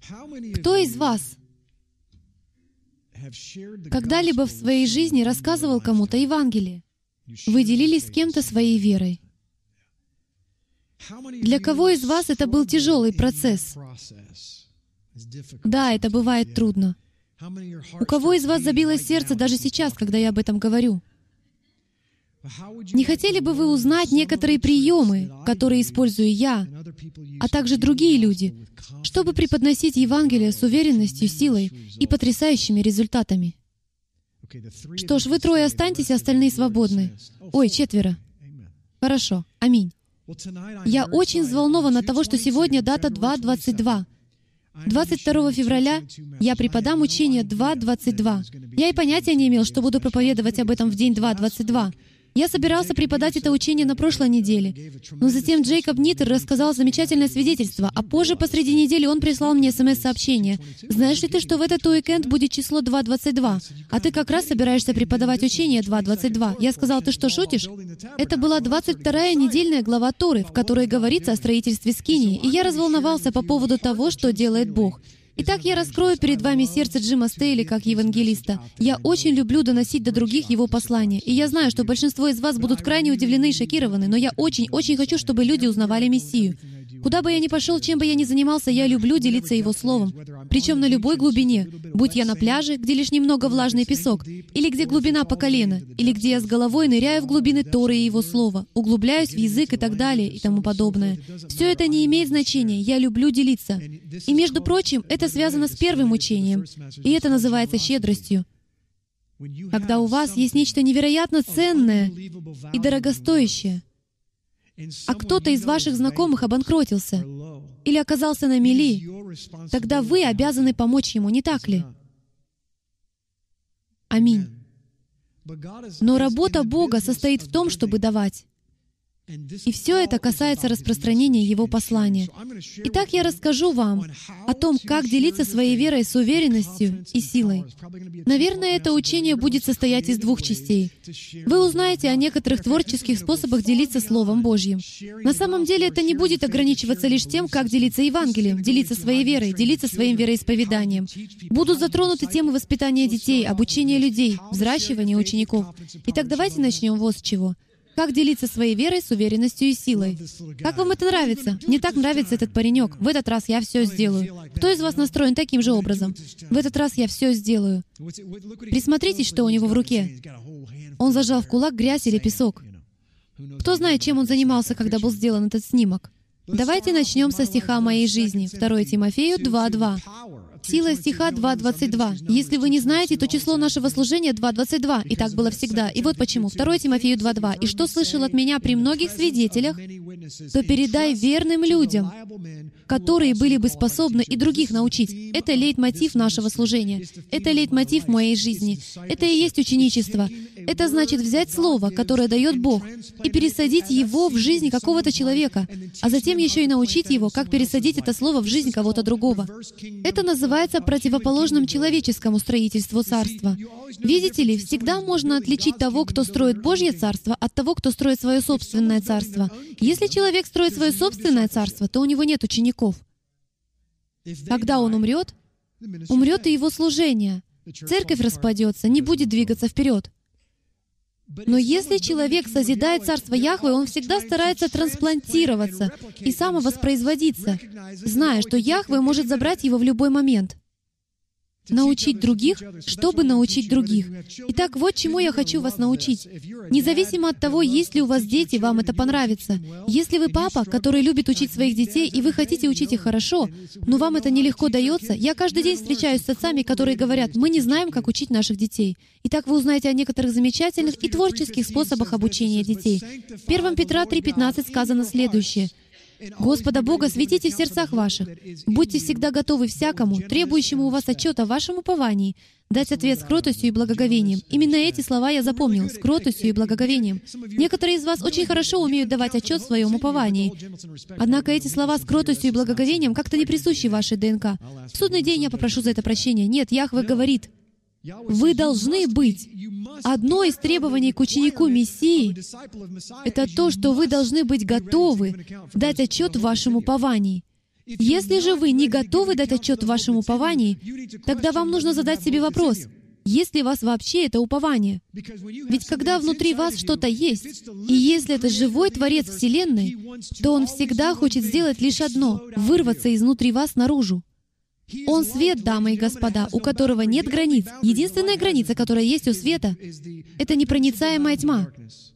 Кто из вас когда-либо в своей жизни рассказывал кому-то Евангелие? Вы делились с кем-то своей верой? Для кого из вас это был тяжелый процесс? Да, это бывает трудно. У кого из вас забилось сердце даже сейчас, когда я об этом говорю? Не хотели бы вы узнать некоторые приемы, которые использую я, а также другие люди, чтобы преподносить Евангелие с уверенностью, силой и потрясающими результатами? Что ж, вы трое останьтесь, а остальные свободны. Ой, 4. Хорошо. Аминь. Я очень взволнован от того, что сегодня дата 2:22. 22 февраля я преподам учение 2:22. Я и понятия не имел, что буду проповедовать об этом в день 2:22. Я собирался преподать это учение на прошлой неделе, но затем Джейкоб Ниттер рассказал замечательное свидетельство, а позже посреди недели он прислал мне СМС-сообщение. «Знаешь ли ты, что в этот уикенд будет число 2:22? А ты как раз собираешься преподавать учение 2:22». Я сказал: «Ты что, шутишь?» Это была 22-я недельная глава Торы, в которой говорится о строительстве скинии, и я разволновался по поводу того, что делает Бог. Итак, я раскрою перед вами сердце Джима Стейли как евангелиста. Я очень люблю доносить до других его послания, и я знаю, что большинство из вас будут крайне удивлены и шокированы, но я очень хочу, чтобы люди узнавали Мессию. Куда бы я ни пошел, чем бы я ни занимался, я люблю делиться Его Словом. Причем на любой глубине. Будь я на пляже, где лишь немного влажный песок, или где глубина по колено, или где я с головой ныряю в глубины Торы и Его Слова, углубляюсь в язык и так далее, и тому подобное. Все это не имеет значения. Я люблю делиться. И, между прочим, это связано с первым учением, и это называется щедростью. Когда у вас есть нечто невероятно ценное и дорогостоящее, а кто-то из ваших знакомых обанкротился или оказался на мели, тогда вы обязаны помочь ему, не так ли? Аминь. Но работа Бога состоит в том, чтобы давать. И все это касается распространения Его послания. Итак, я расскажу вам о том, как делиться своей верой с уверенностью и силой. Наверное, это учение будет состоять из 2 частей. Вы узнаете о некоторых творческих способах делиться Словом Божьим. На самом деле, это не будет ограничиваться лишь тем, как делиться Евангелием, делиться своей верой, делиться своим вероисповеданием. Будут затронуты темы воспитания детей, обучения людей, взращивания учеников. Итак, давайте начнем вот с чего. Как делиться своей верой с уверенностью и силой? Как вам это нравится? Мне так нравится этот паренек. В этот раз я все сделаю. Кто из вас настроен таким же образом? В этот раз я все сделаю. Присмотритесь, что у него в руке. Он зажал в кулак грязь или песок. Кто знает, чем он занимался, когда был сделан этот снимок? Давайте начнем со стиха моей жизни. 2 Тимофею 2:2. Сила стиха 2:22. Если вы не знаете, то число нашего служения 2:22, и так было всегда. И вот почему. 2 Тимофею 2:2. «И что слышал от меня при многих свидетелях, то передай верным людям, которые были бы способны и других научить». Это лейтмотив нашего служения. Это лейтмотив моей жизни. Это и есть ученичество. Это значит взять слово, которое дает Бог, и пересадить его в жизнь какого-то человека, а затем еще и научить его, как пересадить это слово в жизнь кого-то другого. Это называется противоположным человеческому строительству царства. Видите ли, всегда можно отличить того, кто строит Божье царство, от того, кто строит свое собственное царство. Если человек строит свое собственное царство, то у него нет учеников. Когда он умрет, умрет и его служение. Церковь распадется, не будет двигаться вперед. Но если человек созидает Царство Яхве, он всегда старается трансплантироваться и самовоспроизводиться, зная, что Яхве может забрать его в любой момент. Научить других, чтобы научить других. Итак, вот чему я хочу вас научить. Независимо от того, есть ли у вас дети, вам это понравится. Если вы папа, который любит учить своих детей, и вы хотите учить их хорошо, но вам это нелегко дается, я каждый день встречаюсь с отцами, которые говорят: «Мы не знаем, как учить наших детей». Итак, вы узнаете о некоторых замечательных и творческих способах обучения детей. В 1 Петра 3:15 сказано следующее: «Господа Бога светите в сердцах ваших. Будьте всегда готовы всякому, требующему у вас отчета о вашем уповании, дать ответ с кротостью и благоговением». Именно эти слова я запомнил, с кротостью и благоговением. Некоторые из вас очень хорошо умеют давать отчет в своем уповании. Однако эти слова с кротостью и благоговением как-то не присущи вашей ДНК. В судный день я попрошу за это прощения. Нет, Яхве говорит: вы должны быть. Одно из требований к ученику Мессии — это то, что вы должны быть готовы дать отчет в вашем уповании. Если же вы не готовы дать отчет в вашем уповании, тогда вам нужно задать себе вопрос, есть ли у вас вообще это упование? Ведь когда внутри вас что-то есть, и если это живой Творец Вселенной, то Он всегда хочет сделать лишь одно — вырваться изнутри вас наружу. Он свет, дамы и господа, у которого нет границ. Единственная граница, которая есть у света, — это непроницаемая тьма.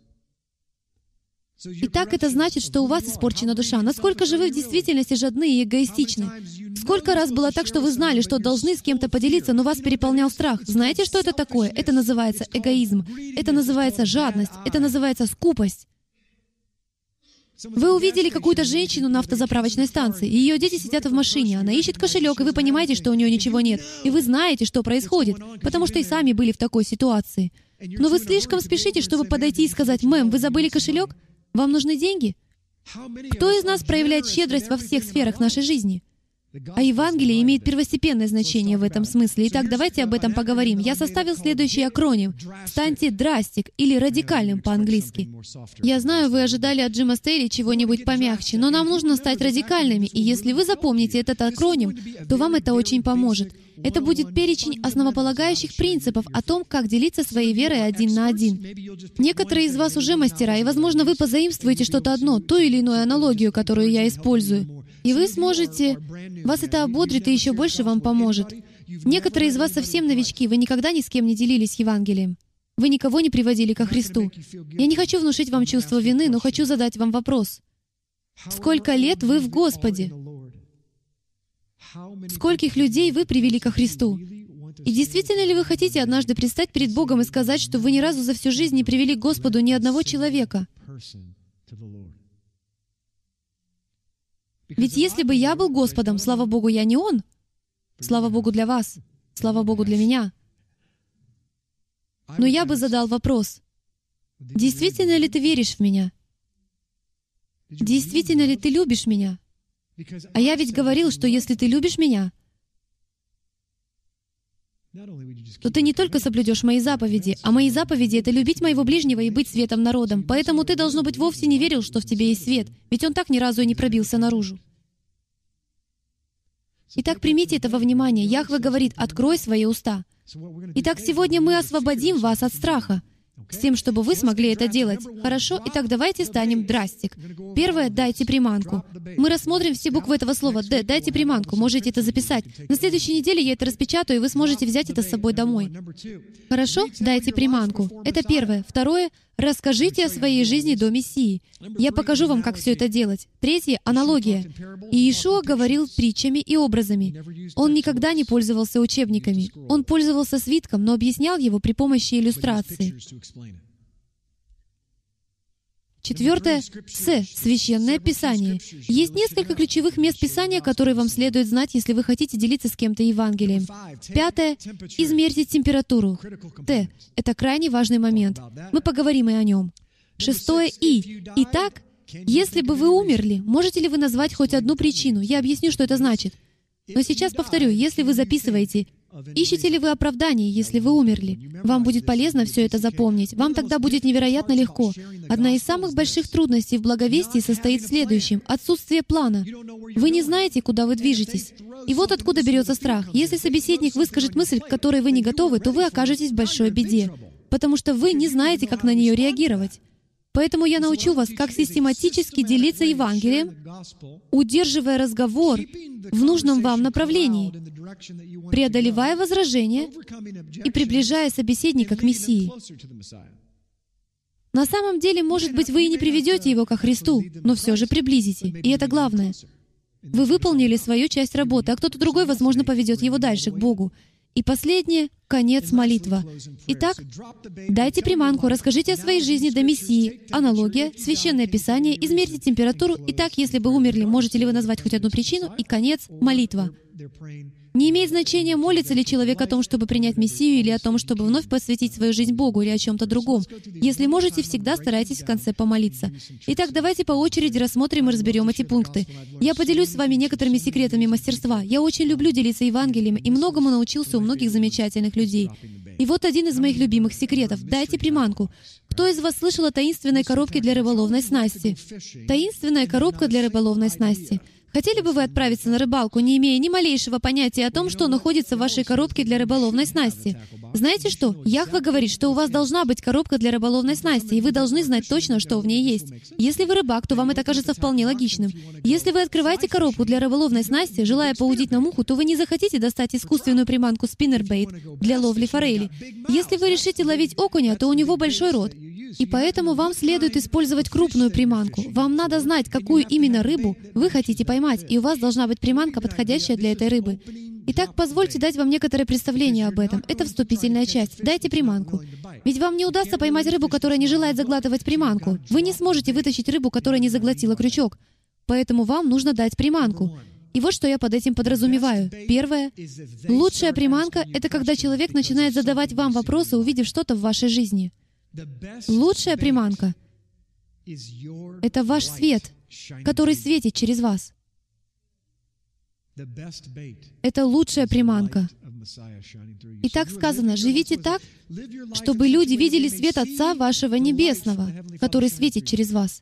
Итак, это значит, что у вас испорчена душа. Насколько же вы в действительности жадны и эгоистичны? Сколько раз было так, что вы знали, что должны с кем-то поделиться, но вас переполнял страх? Знаете, что это такое? Это называется эгоизм. Это называется жадность. Это называется скупость. Вы увидели какую-то женщину на автозаправочной станции, и ее дети сидят в машине, она ищет кошелек, и вы понимаете, что у нее ничего нет, и вы знаете, что происходит, потому что и сами были в такой ситуации. Но вы слишком спешите, чтобы подойти и сказать: «Мэм, вы забыли кошелек? Вам нужны деньги?» Кто из нас проявляет щедрость во всех сферах нашей жизни? А Евангелие имеет первостепенное значение в этом смысле. Итак, давайте об этом поговорим. Я составил следующий акроним. Станьте драстик или радикальным по-английски. Я знаю, вы ожидали от Джима Стейли чего-нибудь помягче, но нам нужно стать радикальными, и если вы запомните этот акроним, то вам это очень поможет. Это будет перечень основополагающих принципов о том, как делиться своей верой один на один. Некоторые из вас уже мастера, и, возможно, вы позаимствуете что-то одно, ту или иную аналогию, которую я использую. И вы сможете... Вас это ободрит и еще больше вам поможет. Некоторые из вас совсем новички, вы никогда ни с кем не делились Евангелием. Вы никого не приводили ко Христу. Я не хочу внушить вам чувство вины, но хочу задать вам вопрос. Сколько лет вы в Господе? Скольких людей вы привели ко Христу? И действительно ли вы хотите однажды предстать перед Богом и сказать, что вы ни разу за всю жизнь не привели к Господу ни одного человека? Ведь если бы я был Господом, слава Богу, я не Он. Слава Богу для вас. Слава Богу для меня. Но я бы задал вопрос. Действительно ли ты веришь в меня? Действительно ли ты любишь меня? А я ведь говорил, что если ты любишь меня, то ты не только соблюдешь мои заповеди, а мои заповеди — это любить моего ближнего и быть светом народом. Поэтому ты, должно быть, вовсе не верил, что в тебе есть свет, ведь он так ни разу и не пробился наружу. Итак, примите это во внимание. Яхве говорит: «Открой свои уста». Итак, сегодня мы освободим вас от страха, с тем, чтобы вы смогли это делать. Хорошо? Итак, давайте станем драстик. Первое — дайте приманку. Мы рассмотрим все буквы этого слова. «Д», дайте приманку. Можете это записать. На следующей неделе я это распечатаю, и вы сможете взять это с собой домой. Хорошо? Дайте приманку. Это первое. Второе — расскажите о своей жизни до Мессии. Я покажу вам, как все это делать. Третье — аналогия. Иешуа говорил притчами и образами. Он никогда не пользовался учебниками. Он пользовался свитком, но объяснял его при помощи иллюстрации. Четвертое — С, Священное Писание. Есть несколько ключевых мест Писания, которые вам следует знать, если вы хотите делиться с кем-то Евангелием. Пятое — измерьте температуру. Т — это крайне важный момент. Мы поговорим и о нем. Шестое — И. Итак, если бы вы умерли, можете ли вы назвать хоть одну причину? Я объясню, что это значит. Но сейчас повторю, если вы записываете, ищете ли вы оправдание, если вы умерли? Вам будет полезно все это запомнить. Вам тогда будет невероятно легко. Одна из самых больших трудностей в благовестии состоит в следующем — отсутствие плана. Вы не знаете, куда вы движетесь. И вот откуда берется страх. Если собеседник выскажет мысль, к которой вы не готовы, то вы окажетесь в большой беде, потому что вы не знаете, как на нее реагировать. Поэтому я научу вас, как систематически делиться Евангелием, удерживая разговор в нужном вам направлении, преодолевая возражения и приближая собеседника к Мессии. На самом деле, может быть, вы и не приведете его ко Христу, но все же приблизите, и это главное. Вы выполнили свою часть работы, а кто-то другой, возможно, поведет его дальше, к Богу. И последнее — конец — молитва. Итак, дайте приманку, расскажите о своей жизни до Мессии, аналогия, Священное Писание, измерьте температуру. Итак, если бы умерли, можете ли вы назвать хоть одну причину? И конец — молитва. Не имеет значения, молится ли человек о том, чтобы принять Мессию, или о том, чтобы вновь посвятить свою жизнь Богу, или о чем-то другом. Если можете, всегда старайтесь в конце помолиться. Итак, давайте по очереди рассмотрим и разберем эти пункты. Я поделюсь с вами некоторыми секретами мастерства. Я очень люблю делиться Евангелием и многому научился у многих замечательных людей. И вот один из моих любимых секретов. Дайте приманку. Кто из вас слышал о таинственной коробке для рыболовной снасти? Таинственная коробка для рыболовной снасти. Хотели бы вы отправиться на рыбалку, не имея ни малейшего понятия о том, что находится в вашей коробке для рыболовной снасти? Знаете что? Яхве говорит, что у вас должна быть коробка для рыболовной снасти, и вы должны знать точно, что в ней есть. Если вы рыбак, то вам это кажется вполне логичным. Если вы открываете коробку для рыболовной снасти, желая поудить на муху, то вы не захотите достать искусственную приманку спиннербейт для ловли форели. Если вы решите ловить окуня, то у него большой рот. И поэтому вам следует использовать крупную приманку. Вам надо знать, какую именно рыбу вы хотите поймать, и у вас должна быть приманка, подходящая для этой рыбы. Итак, позвольте дать вам некоторое представление об этом. Это вступительная часть. Дайте приманку. Ведь вам не удастся поймать рыбу, которая не желает заглатывать приманку. Вы не сможете вытащить рыбу, которая не заглотила крючок. Поэтому вам нужно дать приманку. И вот что я под этим подразумеваю. Первое. Лучшая приманка — это когда человек начинает задавать вам вопросы, увидев что-то в вашей жизни. Лучшая приманка — это ваш свет, который светит через вас. Это лучшая приманка. И так сказано, живите так, чтобы люди видели свет Отца вашего Небесного, который светит через вас.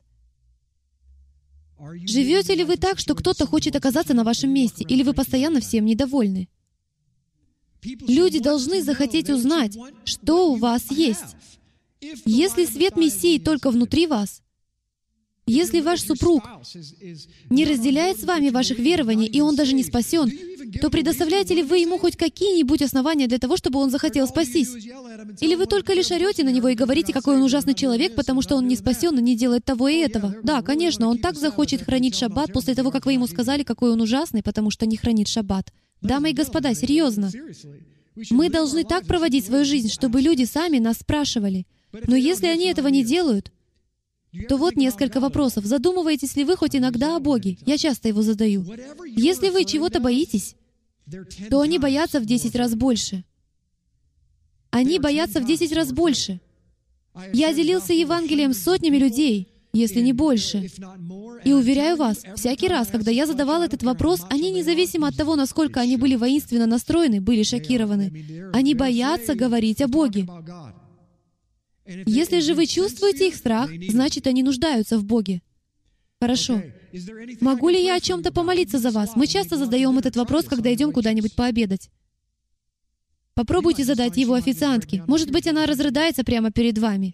Живете ли вы так, что кто-то хочет оказаться на вашем месте, или вы постоянно всем недовольны? Люди должны захотеть узнать, что у вас есть. Если свет Мессии только внутри вас, если ваш супруг не разделяет с вами ваших верований, и он даже не спасен, то предоставляете ли вы ему хоть какие-нибудь основания для того, чтобы он захотел спастись? Или вы только лишь орете на него и говорите, какой он ужасный человек, потому что он не спасен и не делает того и этого? Да, конечно, он так захочет хранить шаббат после того, как вы ему сказали, какой он ужасный, потому что не хранит шаббат. Дамы и господа, серьезно. Мы должны так проводить свою жизнь, чтобы люди сами нас спрашивали. Но если они этого не делают, то вот несколько вопросов. Задумываетесь ли вы хоть иногда о Боге? Я часто его задаю. Если вы чего-то боитесь, то они боятся в 10 раз больше. Они боятся в 10 раз больше. Я делился Евангелием с сотнями людей, если не больше. И уверяю вас, всякий раз, когда я задавал этот вопрос, они, независимо от того, насколько они были воинственно настроены, были шокированы. Они боятся говорить о Боге. Если же вы чувствуете их страх, значит, они нуждаются в Боге. Хорошо. Могу ли я о чем-то помолиться за вас? Мы часто задаем этот вопрос, когда идем куда-нибудь пообедать. Попробуйте задать его официантке. Может быть, она разрыдается прямо перед вами.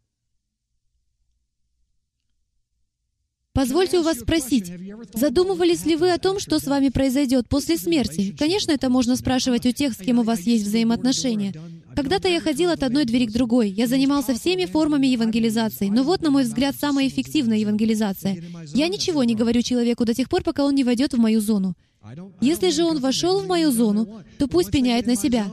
Позвольте у вас спросить, задумывались ли вы о том, что с вами произойдет после смерти? Конечно, это можно спрашивать у тех, с кем у вас есть взаимоотношения. Когда-то я ходил от одной двери к другой. Я занимался всеми формами евангелизации. Но вот, на мой взгляд, самая эффективная евангелизация. Я ничего не говорю человеку до тех пор, пока он не войдет в мою зону. Если же он вошел в мою зону, то пусть пеняет на себя.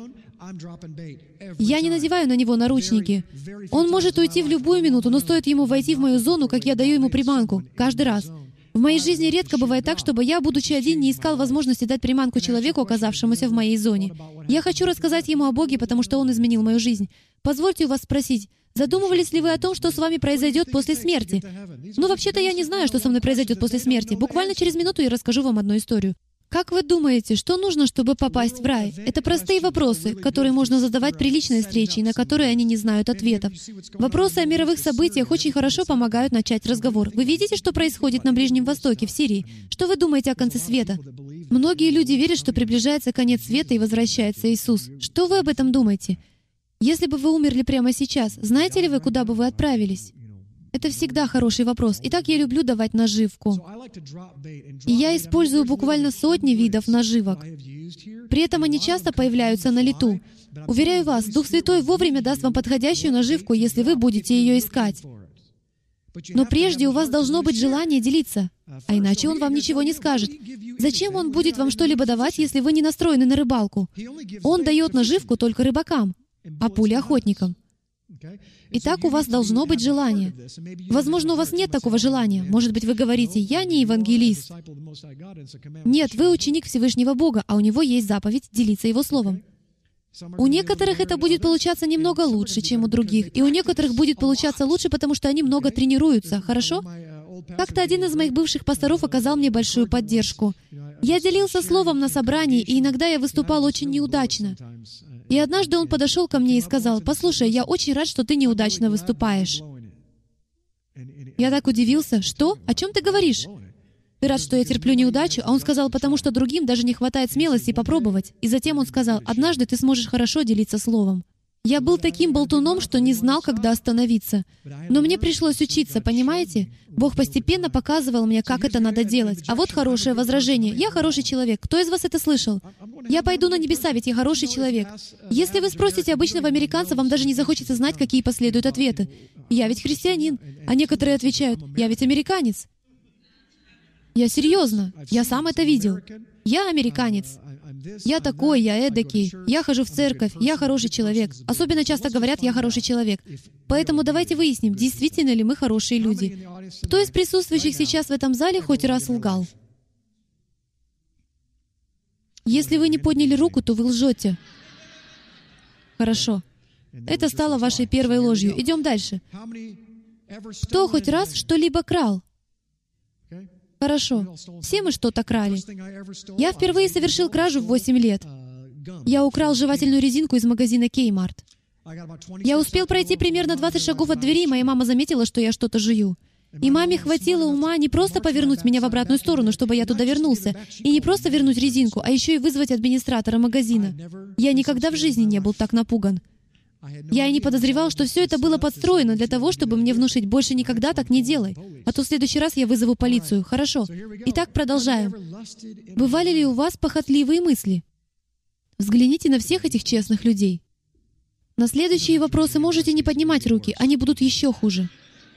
Я не надеваю на него наручники. Он может уйти в любую минуту, но стоит ему войти в мою зону, как я даю ему приманку. Каждый раз. В моей жизни редко бывает так, чтобы я, будучи один, не искал возможности дать приманку человеку, оказавшемуся в моей зоне. Я хочу рассказать ему о Боге, потому что Он изменил мою жизнь. Позвольте у вас спросить, задумывались ли вы о том, что с вами произойдет после смерти? Ну, вообще-то я не знаю, что со мной произойдет после смерти. Буквально через минуту я расскажу вам одну историю. Как вы думаете, что нужно, чтобы попасть в рай? Это простые вопросы, которые можно задавать при личной встрече, и на которые они не знают ответов. Вопросы о мировых событиях очень хорошо помогают начать разговор. Вы видите, что происходит на Ближнем Востоке, в Сирии? Что вы думаете о конце света? Многие люди верят, что приближается конец света и возвращается Иисус. Что вы об этом думаете? Если бы вы умерли прямо сейчас, знаете ли вы, куда бы вы отправились? Это всегда хороший вопрос. Итак, я люблю давать наживку. И я использую буквально сотни видов наживок. При этом они часто появляются на лету. Уверяю вас, Дух Святой вовремя даст вам подходящую наживку, если вы будете ее искать. Но прежде у вас должно быть желание делиться, а иначе Он вам ничего не скажет. Зачем Он будет вам что-либо давать, если вы не настроены на рыбалку? Он дает наживку только рыбакам, а пули — охотникам. Итак, у вас должно быть желание. Возможно, у вас нет такого желания. Может быть, вы говорите, «Я не евангелист». Нет, вы ученик Всевышнего Бога, а у Него есть заповедь делиться Его Словом. У некоторых это будет получаться немного лучше, чем у других, и у некоторых будет получаться лучше, потому что они много тренируются, хорошо? Как-то один из моих бывших пасторов оказал мне большую поддержку. Я делился Словом на собрании, и иногда я выступал очень неудачно. И однажды он подошел ко мне и сказал, «Послушай, я очень рад, что ты неудачно выступаешь». Я так удивился. «Что? О чем ты говоришь?» ты рад, что я терплю неудачу? А он сказал, потому что другим даже не хватает смелости попробовать. И затем он сказал, однажды ты сможешь хорошо делиться словом. Я был таким болтуном, что не знал, когда остановиться. Но мне пришлось учиться, понимаете? Бог постепенно показывал мне, как это надо делать. А вот хорошее возражение. Я хороший человек. Кто из вас это слышал? Я пойду на небеса, ведь я хороший человек. Если вы спросите обычного американца, вам даже не захочется знать, какие последуют ответы. Я ведь христианин. А некоторые отвечают, я ведь американец. Я серьезно. Я сам это видел. Я американец. Я такой, я эдакий. Я хожу в церковь. Я хороший человек. Особенно часто говорят, я хороший человек. Поэтому давайте выясним, действительно ли мы хорошие люди. Кто из присутствующих сейчас в этом зале хоть раз лгал? Если вы не подняли руку, то вы лжете. Хорошо. Это стало вашей первой ложью. Идем дальше. Кто хоть раз что-либо крал? Хорошо. Все мы что-то крали. Я впервые совершил кражу в 8 лет. Я украл жевательную резинку из магазина Kmart. Я успел пройти примерно 20 шагов от двери, и моя мама заметила, что я что-то жую. И маме хватило ума не просто повернуть меня в обратную сторону, чтобы я туда вернулся, и не просто вернуть резинку, а еще и вызвать администратора магазина. Я никогда в жизни не был так напуган. Я и не подозревал, что все это было подстроено для того, чтобы мне внушить «больше никогда так не делай», а то в следующий раз я вызову полицию. Хорошо. Итак, продолжаем. Бывали ли у вас похотливые мысли? Взгляните на всех этих честных людей. На следующие вопросы можете не поднимать руки, они будут еще хуже.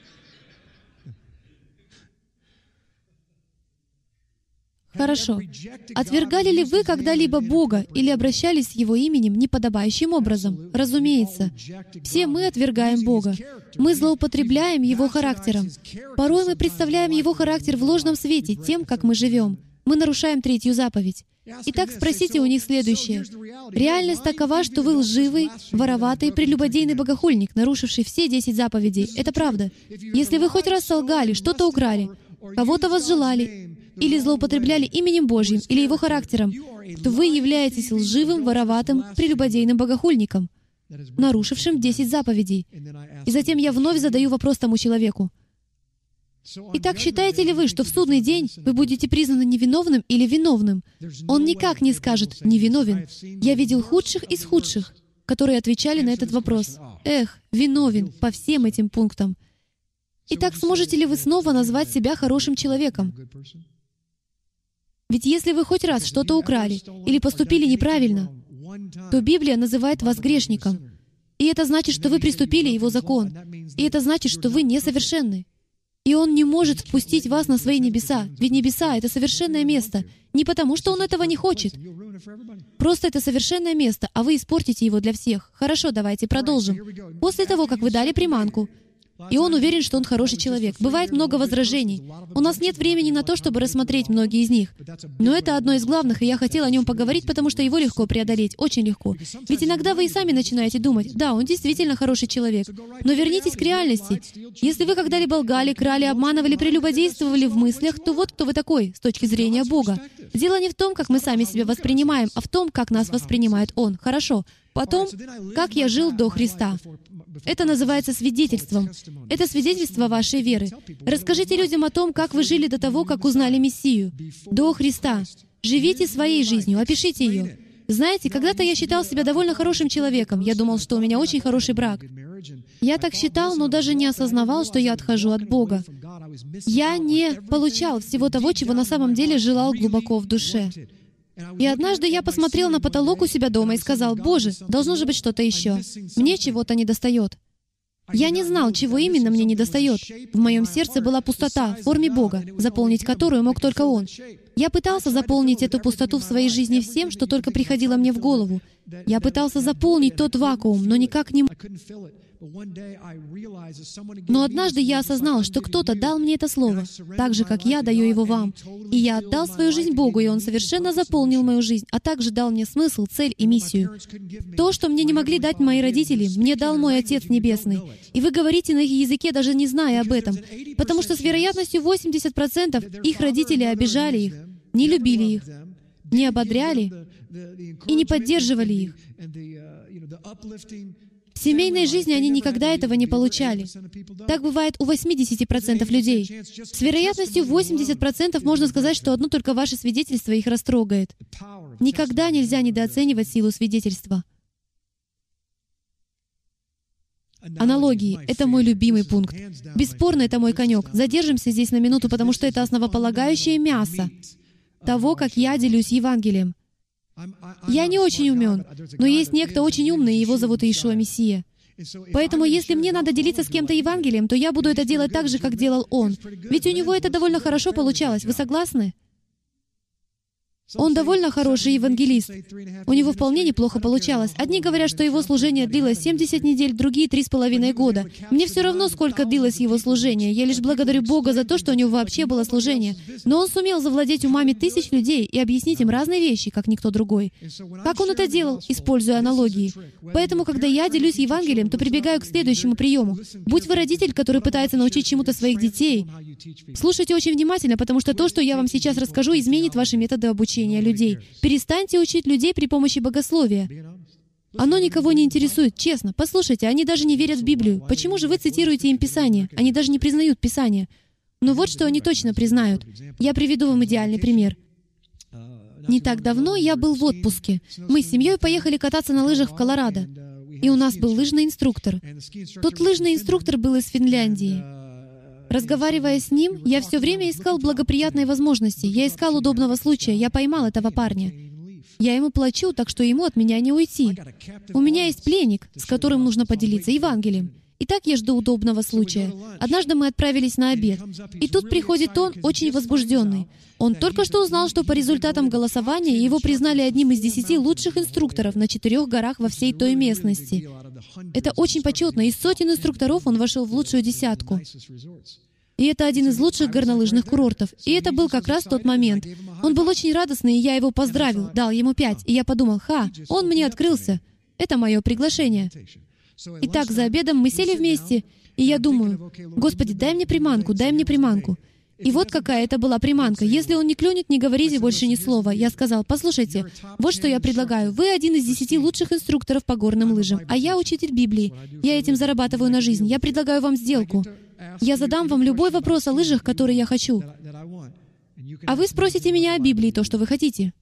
Хорошо. Отвергали ли вы когда-либо Бога или обращались с Его именем неподобающим образом? Разумеется. Все мы отвергаем Бога. Мы злоупотребляем Его характером. Порой мы представляем Его характер в ложном свете тем, как мы живем. Мы нарушаем 3-ю заповедь. Итак, спросите у них следующее. Реальность такова, что вы лживый, вороватый, прелюбодейный богохульник, нарушивший все 10 заповедей. Это правда. Если вы хоть раз солгали, что-то украли, кого-то возжелали, или злоупотребляли именем Божьим, или Его характером, то вы являетесь лживым, вороватым, прелюбодейным богохульником, нарушившим 10 заповедей. И затем я вновь задаю вопрос тому человеку. Итак, считаете ли вы, что в судный день вы будете признаны невиновным или виновным? Он никак не скажет «невиновен». Я видел худших из худших, которые отвечали на этот вопрос. Эх, виновен по всем этим пунктам. Итак, сможете ли вы снова назвать себя хорошим человеком? Ведь если вы хоть раз что-то украли или поступили неправильно, то Библия называет вас грешником. И это значит, что вы приступили Его закон. И это значит, что вы несовершенны. И Он не может впустить вас на свои небеса. Ведь небеса — это совершенное место. Не потому, что Он этого не хочет. Просто это совершенное место, а вы испортите его для всех. Хорошо, давайте продолжим. После того, как вы дали приманку, и он уверен, что он хороший человек. Бывает много возражений. У нас нет времени на то, чтобы рассмотреть многие из них. Но это одно из главных, и я хотела о нем поговорить, потому что его легко преодолеть, очень легко. Ведь иногда вы и сами начинаете думать, да, он действительно хороший человек. Но вернитесь к реальности. Если вы когда-либо лгали, крали, обманывали, прелюбодействовали в мыслях, то вот кто вы такой, с точки зрения Бога. Дело не в том, как мы сами себя воспринимаем, а в том, как нас воспринимает Он. Хорошо. Потом, как я жил до Христа. Это называется свидетельством. Это свидетельство вашей веры. Расскажите людям о том, как вы жили до того, как узнали Мессию. До Христа. Живите своей жизнью, опишите ее. Знаете, когда-то я считал себя довольно хорошим человеком. Я думал, что у меня очень хороший брак. Я так считал, но даже не осознавал, что я отхожу от Бога. Я не получал всего того, чего на самом деле желал глубоко в душе. И однажды я посмотрел на потолок у себя дома и сказал, «Боже, должно же быть что-то еще. Мне чего-то недостает». Я не знал, чего именно мне недостает. В моем сердце была пустота в форме Бога, заполнить которую мог только Он. Я пытался заполнить эту пустоту в своей жизни всем, что только приходило мне в голову. Я пытался заполнить тот вакуум, но никак не мог. Но однажды я осознал, что кто-то дал мне это слово, так же, как я даю его вам. И я отдал свою жизнь Богу, и Он совершенно заполнил мою жизнь, а также дал мне смысл, цель и миссию. То, что мне не могли дать мои родители, мне дал мой Отец Небесный. И вы говорите на их языке, даже не зная об этом, потому что с вероятностью 80% их родители обижали их, не любили их, не ободряли и не поддерживали их. В семейной жизни они никогда этого не получали. Так бывает у 80% людей. С вероятностью 80% можно сказать, что одно только ваше свидетельство их растрогает. Никогда нельзя недооценивать силу свидетельства. Аналогии — это мой любимый пункт. Бесспорно, это мой конек. Задержимся здесь на минуту, потому что это основополагающее мясо того, как я делюсь Евангелием. Я не очень умен, но есть некто очень умный, и его зовут Иешуа Мессия. Поэтому, если мне надо делиться с кем-то Евангелием, то я буду это делать так же, как делал он. Ведь у него это довольно хорошо получалось. Вы согласны? Он довольно хороший евангелист. У него вполне неплохо получалось. Одни говорят, что его служение длилось 70 недель, другие — 3,5 года. Мне все равно, сколько длилось его служение. Я лишь благодарю Бога за то, что у него вообще было служение. Но он сумел завладеть умами тысяч людей и объяснить им разные вещи, как никто другой. Как он это делал? Используя аналогии. Поэтому, когда я делюсь Евангелием, то прибегаю к следующему приему. Будь вы родитель, который пытается научить чему-то своих детей, слушайте очень внимательно, потому что то, что я вам сейчас расскажу, изменит ваши методы обучения людей. Перестаньте учить людей при помощи богословия. Оно никого не интересует, честно. Послушайте, они даже не верят в Библию. Почему же вы цитируете им Писание? Они даже не признают Писание. Но вот что они точно признают. Я приведу вам идеальный пример. Не так давно я был в отпуске. Мы с семьей поехали кататься на лыжах в Колорадо. И у нас был лыжный инструктор. Тот лыжный инструктор был из Финляндии. Разговаривая с ним, я все время искал благоприятной возможности. Я искал удобного случая. Я поймал этого парня. Я ему плачу, так что ему от меня не уйти. У меня есть пленник, с которым нужно поделиться Евангелием. И так я жду удобного случая. Однажды мы отправились на обед. И тут приходит он, очень возбужденный. Он только что узнал, что по результатам голосования его признали одним из 10 лучших инструкторов на 4 горах во всей той местности. Это очень почетно. Из сотен инструкторов он вошел в лучшую десятку. И это один из лучших горнолыжных курортов. И это был как раз тот момент. Он был очень радостный, и я его поздравил, дал ему 5. И я подумал, он мне открылся. Это мое приглашение. Итак, за обедом мы сели вместе, и я думаю, «Господи, дай мне приманку, дай мне приманку». И вот какая это была приманка. Если он не клюнет, не говорите больше ни слова. Я сказал, послушайте, вот что я предлагаю. Вы один из 10 лучших инструкторов по горным лыжам, а я учитель Библии. Я этим зарабатываю на жизнь. Я предлагаю вам сделку. Я задам вам любой вопрос о лыжах, который я хочу. А вы спросите меня о Библии, то, что вы хотите.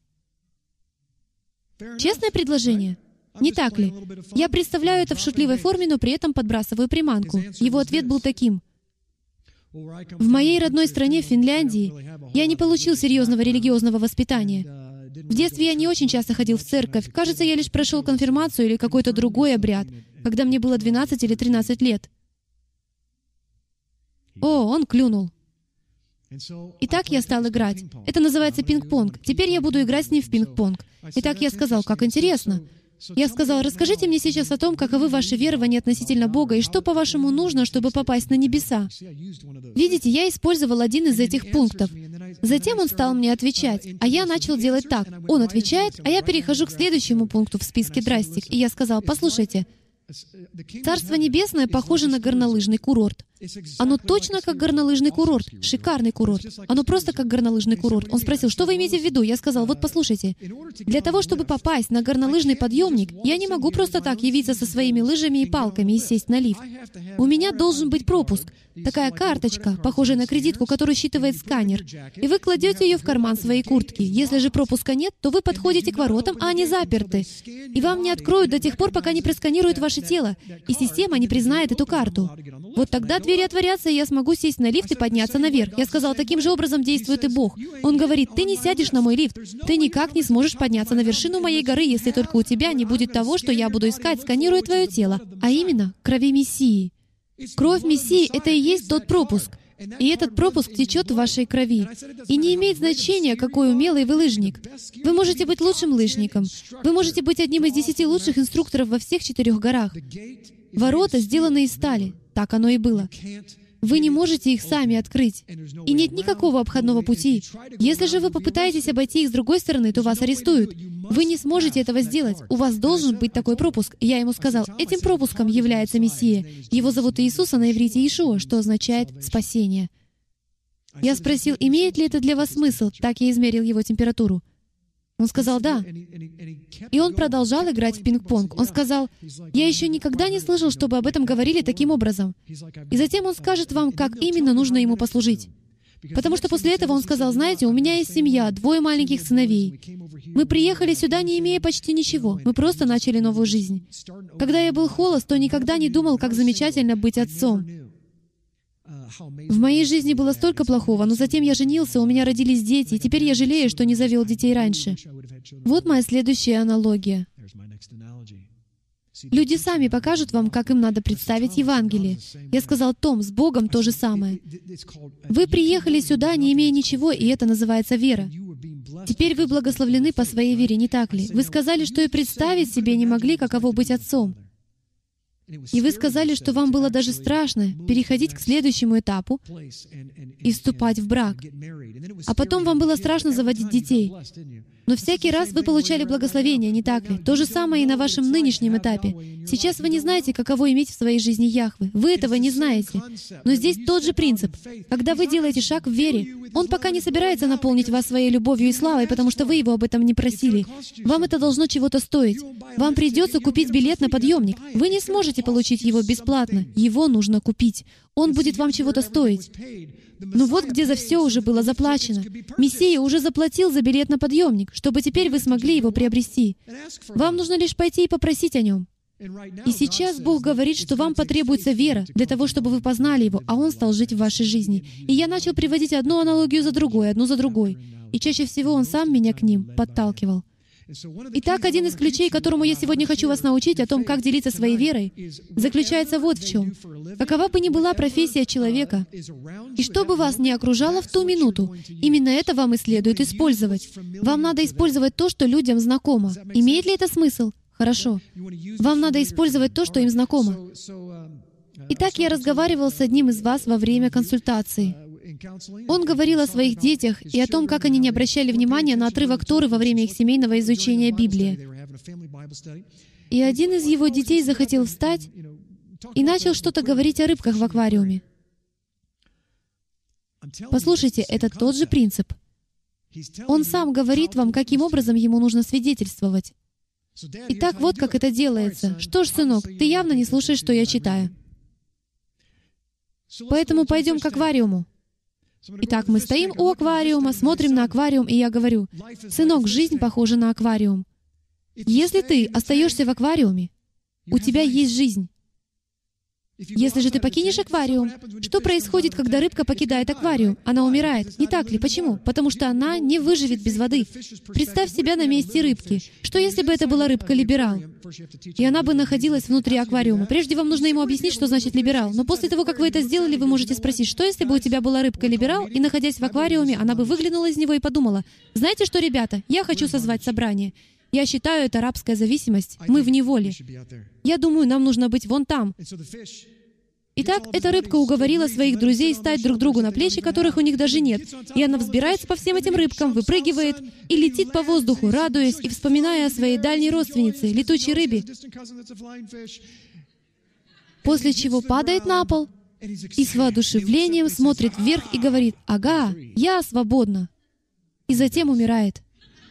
Честное предложение? Не так ли? Я представляю это в шутливой форме, но при этом подбрасываю приманку. Его ответ был таким. В моей родной стране, в Финляндии, я не получил серьезного религиозного воспитания. В детстве я не очень часто ходил в церковь. Кажется, я лишь прошел конфирмацию или какой-то другой обряд, когда мне было 12 или 13 лет. Он клюнул. Итак, я стал играть. Это называется пинг-понг. Теперь я буду играть с ним в пинг-понг. Итак, я сказал, как интересно. Я сказал, расскажите мне сейчас о том, каковы ваши верования относительно Бога и что, по-вашему, нужно, чтобы попасть на небеса. Видите, я использовал один из этих пунктов. Затем он стал мне отвечать, а я начал делать так. Он отвечает, а я перехожу к следующему пункту в списке «Драстик». И я сказал, послушайте, Царство Небесное похоже на горнолыжный курорт. Оно точно как горнолыжный курорт. Шикарный курорт. Оно просто как горнолыжный курорт. Он спросил, что вы имеете в виду? Я сказал, вот послушайте. Для того, чтобы попасть на горнолыжный подъемник, я не могу просто так явиться со своими лыжами и палками и сесть на лифт. У меня должен быть пропуск. Такая карточка, похожая на кредитку, которую считывает сканер. И вы кладете ее в карман своей куртки. Если же пропуска нет, то вы подходите к воротам, а они заперты. И вам не откроют до тех пор, пока не просканируют ваше тело. И система не признает эту карту. Вот тогда двери отворятся, и я смогу сесть на лифт и подняться наверх. Я сказал, таким же образом действует и Бог. Он говорит, ты не сядешь на мой лифт. Ты никак не сможешь подняться на вершину моей горы, если только у тебя не будет того, что я буду искать, сканируя твое тело. А именно, крови Мессии. Кровь Мессии — это и есть тот пропуск. И этот пропуск течет в вашей крови. И не имеет значения, какой умелый вы лыжник. Вы можете быть лучшим лыжником. Вы можете быть одним из 10 лучших инструкторов во всех 4 горах. Ворота сделаны из стали. Так оно и было. Вы не можете их сами открыть. И нет никакого обходного пути. Если же вы попытаетесь обойти их с другой стороны, то вас арестуют. Вы не сможете этого сделать. У вас должен быть такой пропуск. И я ему сказал, этим пропуском является Мессия. Его зовут Иисус, а на иврите Иешуа, что означает «спасение». Я спросил, имеет ли это для вас смысл? Так я измерил его температуру. Он сказал, да. И он продолжал играть в пинг-понг. Он сказал, я еще никогда не слышал, чтобы об этом говорили таким образом. И затем он скажет вам, как именно нужно ему послужить. Потому что после этого он сказал, знаете, у меня есть семья, 2 маленьких сыновей. Мы приехали сюда, не имея почти ничего. Мы просто начали новую жизнь. Когда я был холост, то никогда не думал, как замечательно быть отцом. В моей жизни было столько плохого, но затем я женился, у меня родились дети, и теперь я жалею, что не завел детей раньше. Вот моя следующая аналогия. Люди сами покажут вам, как им надо представить Евангелие. Я сказал, Том, с Богом то же самое. Вы приехали сюда, не имея ничего, и это называется вера. Теперь вы благословлены по своей вере, не так ли? Вы сказали, что и представить себе не могли, каково быть отцом. И вы сказали, что вам было даже страшно переходить к следующему этапу и вступать в брак. А потом вам было страшно заводить детей. Но всякий раз вы получали благословение, не так ли? То же самое и на вашем нынешнем этапе. Сейчас вы не знаете, каково иметь в своей жизни Яхве. Вы этого не знаете. Но здесь тот же принцип. Когда вы делаете шаг в вере, Он пока не собирается наполнить вас своей любовью и славой, потому что вы Его об этом не просили. Вам это должно чего-то стоить. Вам придется купить билет на подъемник. Вы не сможете получить его бесплатно. Его нужно купить. Он будет вам чего-то стоить. Но вот где за все уже было заплачено. Мессия уже заплатил за билет на подъемник, чтобы теперь вы смогли его приобрести. Вам нужно лишь пойти и попросить о нем. И сейчас Бог говорит, что вам потребуется вера для того, чтобы вы познали Его, а Он стал жить в вашей жизни. И я начал приводить одну аналогию за другой, одну за другой. И чаще всего Он сам меня к ним подталкивал. Итак, один из ключей, которому я сегодня хочу вас научить о том, как делиться своей верой, заключается вот в чем. Какова бы ни была профессия человека, и что бы вас ни окружало в ту минуту, именно это вам и следует использовать. Вам надо использовать то, что людям знакомо. Имеет ли это смысл? Хорошо. Вам надо использовать то, что им знакомо. Итак, я разговаривал с одним из вас во время консультации. Он говорил о своих детях и о том, как они не обращали внимания на отрывок Торы во время их семейного изучения Библии. И один из его детей захотел встать и начал что-то говорить о рыбках в аквариуме. Послушайте, это тот же принцип. Он сам говорит вам, каким образом ему нужно свидетельствовать. Итак, вот как это делается. Что ж, сынок, ты явно не слушаешь, что я читаю. Поэтому пойдем к аквариуму. Итак, мы стоим у аквариума, смотрим на аквариум, и я говорю, «Сынок, жизнь похожа на аквариум. Если ты остаешься в аквариуме, у тебя есть жизнь. Если же ты покинешь аквариум, что происходит, когда рыбка покидает аквариум? Она умирает. Не так ли? Почему? Потому что она не выживет без воды. Представь себя на месте рыбки. Что если бы это была рыбка-либерал? И она бы находилась внутри аквариума. Прежде вам нужно ему объяснить, что значит либерал. Но после того, как вы это сделали, вы можете спросить, что если бы у тебя была рыбка-либерал, и, находясь в аквариуме, она бы выглянула из него и подумала, «Знаете что, ребята, я хочу созвать собрание. Я считаю, это рабская зависимость. Мы в неволе. Я думаю, нам нужно быть вон там». Итак, эта рыбка уговорила своих друзей стать друг другу на плечи, которых у них даже нет. И она взбирается по всем этим рыбкам, выпрыгивает и летит по воздуху, радуясь и вспоминая о своей дальней родственнице, летучей рыбе, после чего падает на пол и с воодушевлением смотрит вверх и говорит, «Ага, я свободна». И затем умирает.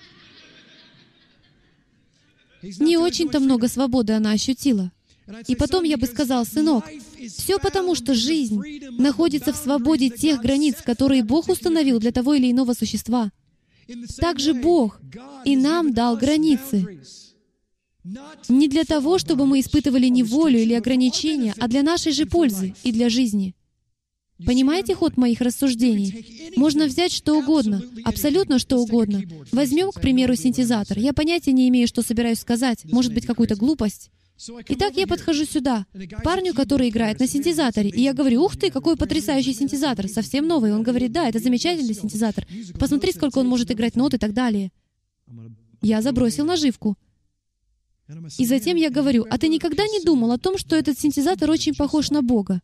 Не очень-то много свободы она ощутила. И потом я бы сказал, «Сынок, все потому, что жизнь находится в свободе тех границ, которые Бог установил для того или иного существа. Также Бог и нам дал границы. Не для того, чтобы мы испытывали неволю или ограничения, а для нашей же пользы и для жизни». Понимаете ход моих рассуждений? Можно взять что угодно, абсолютно что угодно. Возьмем, к примеру, синтезатор. Я понятия не имею, что собираюсь сказать. Может быть, какую-то глупость. Итак, я подхожу сюда, к парню, который играет на синтезаторе, и я говорю, «Ух ты, какой потрясающий синтезатор, совсем новый». Он говорит, «Да, это замечательный синтезатор. Посмотри, сколько он может играть нот и так далее». Я забросил наживку. И затем я говорю, «А ты никогда не думал о том, что этот синтезатор очень похож на Бога?»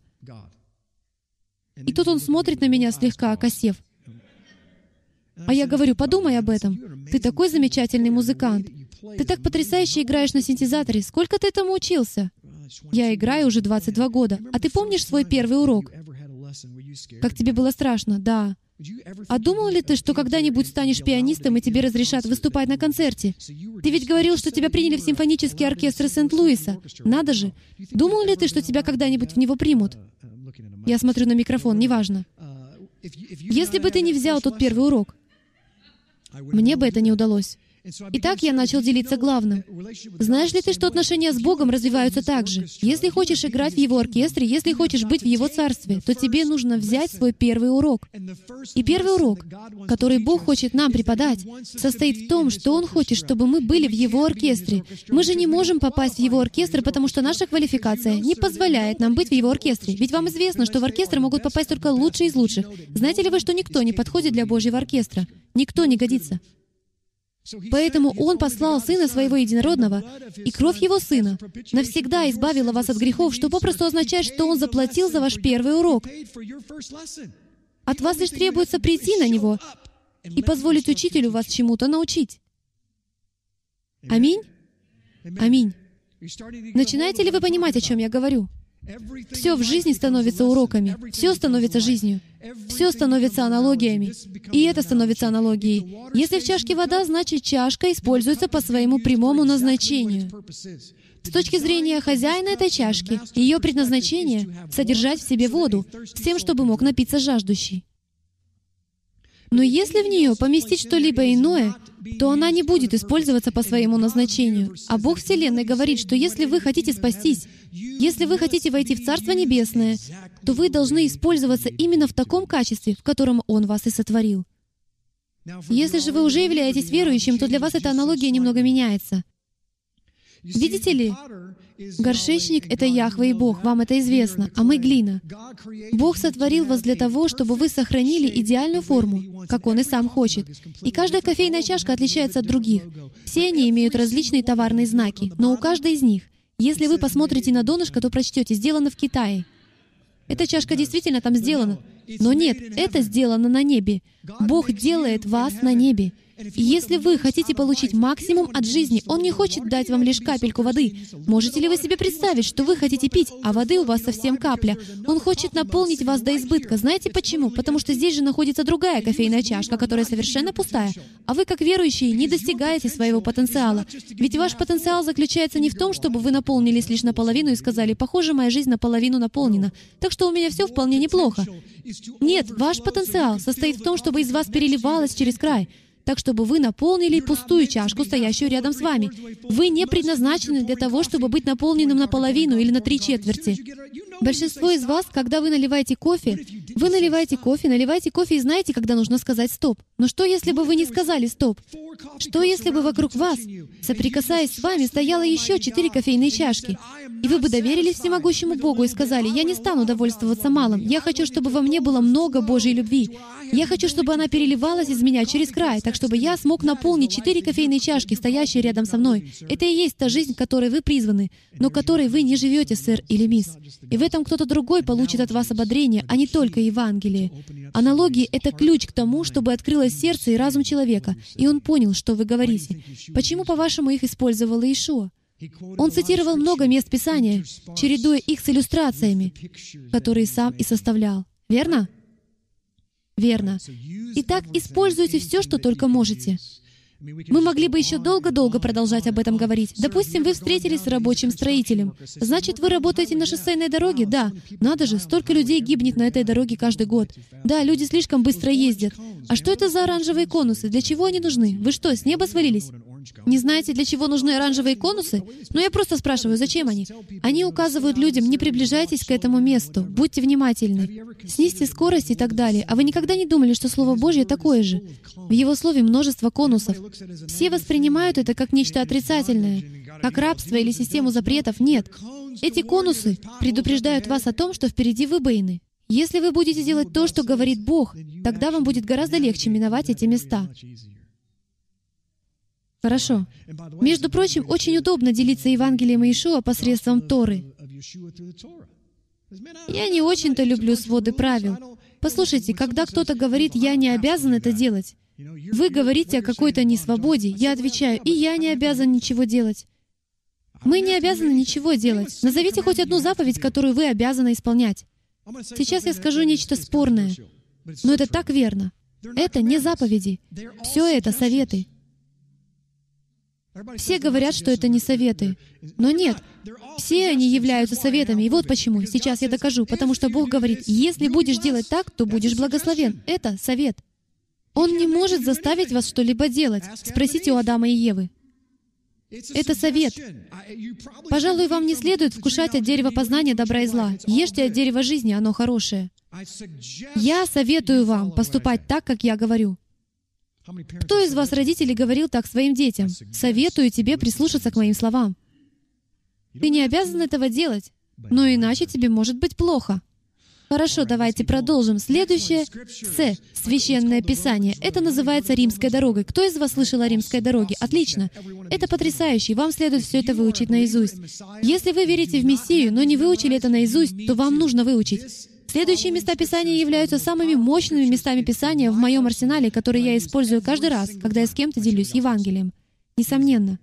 И тут он смотрит на меня, слегка окосев. А я говорю, «Подумай об этом. Ты такой замечательный музыкант. Ты так потрясающе играешь на синтезаторе. Сколько ты этому учился?» «Я играю уже 22 года. А ты помнишь свой первый урок?» «Как тебе было страшно?» «Да». А думал ли ты, что когда-нибудь станешь пианистом, и тебе разрешат выступать на концерте? Ты ведь говорил, что тебя приняли в симфонический оркестр Сент-Луиса. Надо же! Думал ли ты, что тебя когда-нибудь в него примут? Я смотрю на микрофон, неважно. Если бы ты не взял тот первый урок, мне бы это не удалось. Итак, я начал делиться главным. Знаешь ли ты, что отношения с Богом развиваются так же? Если хочешь играть в Его оркестре, если хочешь быть в Его царстве, то тебе нужно взять свой первый урок. И первый урок, который Бог хочет нам преподать, состоит в том, что Он хочет, чтобы мы были в Его оркестре. Мы же не можем попасть в Его оркестр, потому что наша квалификация не позволяет нам быть в Его оркестре. Ведь вам известно, что в оркестр могут попасть только лучшие из лучших. Знаете ли вы, что никто не подходит для Божьего оркестра? Никто не годится. Поэтому Он послал Сына Своего Единородного, и кровь Его Сына навсегда избавила вас от грехов, что попросту означает, что Он заплатил за ваш первый урок. От вас лишь требуется прийти на него и позволить Учителю вас чему-то научить. Аминь? Аминь. Начинаете ли вы понимать, о чем я говорю? Все в жизни становится уроками, все становится жизнью, все становится аналогиями, и это становится аналогией. Если в чашке вода, значит, чашка используется по своему прямому назначению. С точки зрения хозяина этой чашки, ее предназначение — содержать в себе воду, с тем, чтобы мог напиться жаждущий. Но если в нее поместить что-либо иное, то она не будет использоваться по своему назначению. А Бог Вселенной говорит, что если вы хотите спастись, если вы хотите войти в Царство Небесное, то вы должны использоваться именно в таком качестве, в котором Он вас и сотворил. Если же вы уже являетесь верующим, то для вас эта аналогия немного меняется. Видите ли, горшечник — это Яхве и Бог, вам это известно, а мы — глина. Бог сотворил вас для того, чтобы вы сохранили идеальную форму, как Он и Сам хочет. И каждая кофейная чашка отличается от других. Все они имеют различные товарные знаки, но у каждой из них, если вы посмотрите на донышко, то прочтете «Сделано в Китае». Эта чашка действительно там сделана. Но нет, это сделано на небе. Бог делает вас на небе. И если вы хотите получить максимум от жизни, Он не хочет дать вам лишь капельку воды. Можете ли вы себе представить, что вы хотите пить, а воды у вас совсем капля? Он хочет наполнить вас до избытка. Знаете почему? Потому что здесь же находится другая кофейная чашка, которая совершенно пустая. А вы, как верующие, не достигаете своего потенциала. Ведь ваш потенциал заключается не в том, чтобы вы наполнились лишь наполовину и сказали: «Похоже, моя жизнь наполовину наполнена, так что у меня все вполне неплохо». Нет, ваш потенциал состоит в том, чтобы из вас переливалось через край, так чтобы вы наполнили пустую чашку, стоящую рядом с вами. Вы не предназначены для того, чтобы быть наполненным наполовину или на 3/4. Большинство из вас, когда вы наливаете кофе и знаете, когда нужно сказать «стоп». Но что, если бы вы не сказали «стоп»? Что, если бы вокруг вас, соприкасаясь с вами, стояло еще 4 кофейные чашки? И вы бы доверились всемогущему Богу и сказали: «Я не стану довольствоваться малым. Я хочу, чтобы во мне было много Божьей любви. Я хочу, чтобы она переливалась из меня через край, так чтобы я смог наполнить 4 кофейные чашки, стоящие рядом со мной». Это и есть та жизнь, к которой вы призваны, но которой вы не живете, сэр или мисс. И в этом кто-то другой получит от вас ободрение, а не только Евангелие. Аналогии — это ключ к тому, чтобы открылось сердце и разум человека, и он понял, что вы говорите. Почему, по-вашему, их использовал Иешуа? Он цитировал много мест Писания, чередуя их с иллюстрациями, которые сам и составлял. Верно? Верно. Итак, используйте все, что только можете. Мы могли бы еще долго-долго продолжать об этом говорить. Допустим, вы встретились с рабочим строителем. Значит, вы работаете на шоссейной дороге? Да. Надо же, столько людей гибнет на этой дороге каждый год. Да, люди слишком быстро ездят. А что это за оранжевые конусы? Для чего они нужны? Вы что, с неба свалились? Не знаете, для чего нужны оранжевые конусы? Но я просто спрашиваю, зачем они? Они указывают людям: не приближайтесь к этому месту, будьте внимательны, снизьте скорость и так далее. А вы никогда не думали, что Слово Божье такое же? В Его Слове множество конусов. Все воспринимают это как нечто отрицательное, как рабство или систему запретов. Нет. Эти конусы предупреждают вас о том, что впереди выбоины. Если вы будете делать то, что говорит Бог, тогда вам будет гораздо легче миновать эти места. Хорошо. Между прочим, очень удобно делиться Евангелием Иешуа посредством Торы. Я не очень-то люблю своды правил. Послушайте, когда кто-то говорит: «Я не обязан это делать», вы говорите о какой-то несвободе. Я отвечаю: «И я не обязан ничего делать». Мы не обязаны ничего делать. Назовите хоть одну заповедь, которую вы обязаны исполнять. Сейчас я скажу нечто спорное. Но это так верно. Это не заповеди. Все это советы. Все говорят, что это не советы. Но нет, все они являются советами. И вот почему. Сейчас я докажу. Потому что Бог говорит, если будешь делать так, то будешь благословен. Это совет. Он не может заставить вас что-либо делать. Спросите у Адама и Евы. Это совет. Пожалуй, вам не следует вкушать от дерева познания добра и зла. Ешьте от дерева жизни, оно хорошее. Я советую вам поступать так, как я говорю. Кто из вас, родителей, говорил так своим детям? Советую тебе прислушаться к моим словам. Ты не обязан этого делать, но иначе тебе может быть плохо. Хорошо, давайте продолжим. Следующее — Священное Писание. Это называется Римской дорогой. Кто из вас слышал о Римской дороге? Отлично. Это потрясающе. Вам следует все это выучить наизусть. Если вы верите в Мессию, но не выучили это наизусть, то вам нужно выучить. Следующие места Писания являются самыми мощными местами Писания в моем арсенале, которые я использую каждый раз, когда я с кем-то делюсь Евангелием. Несомненно.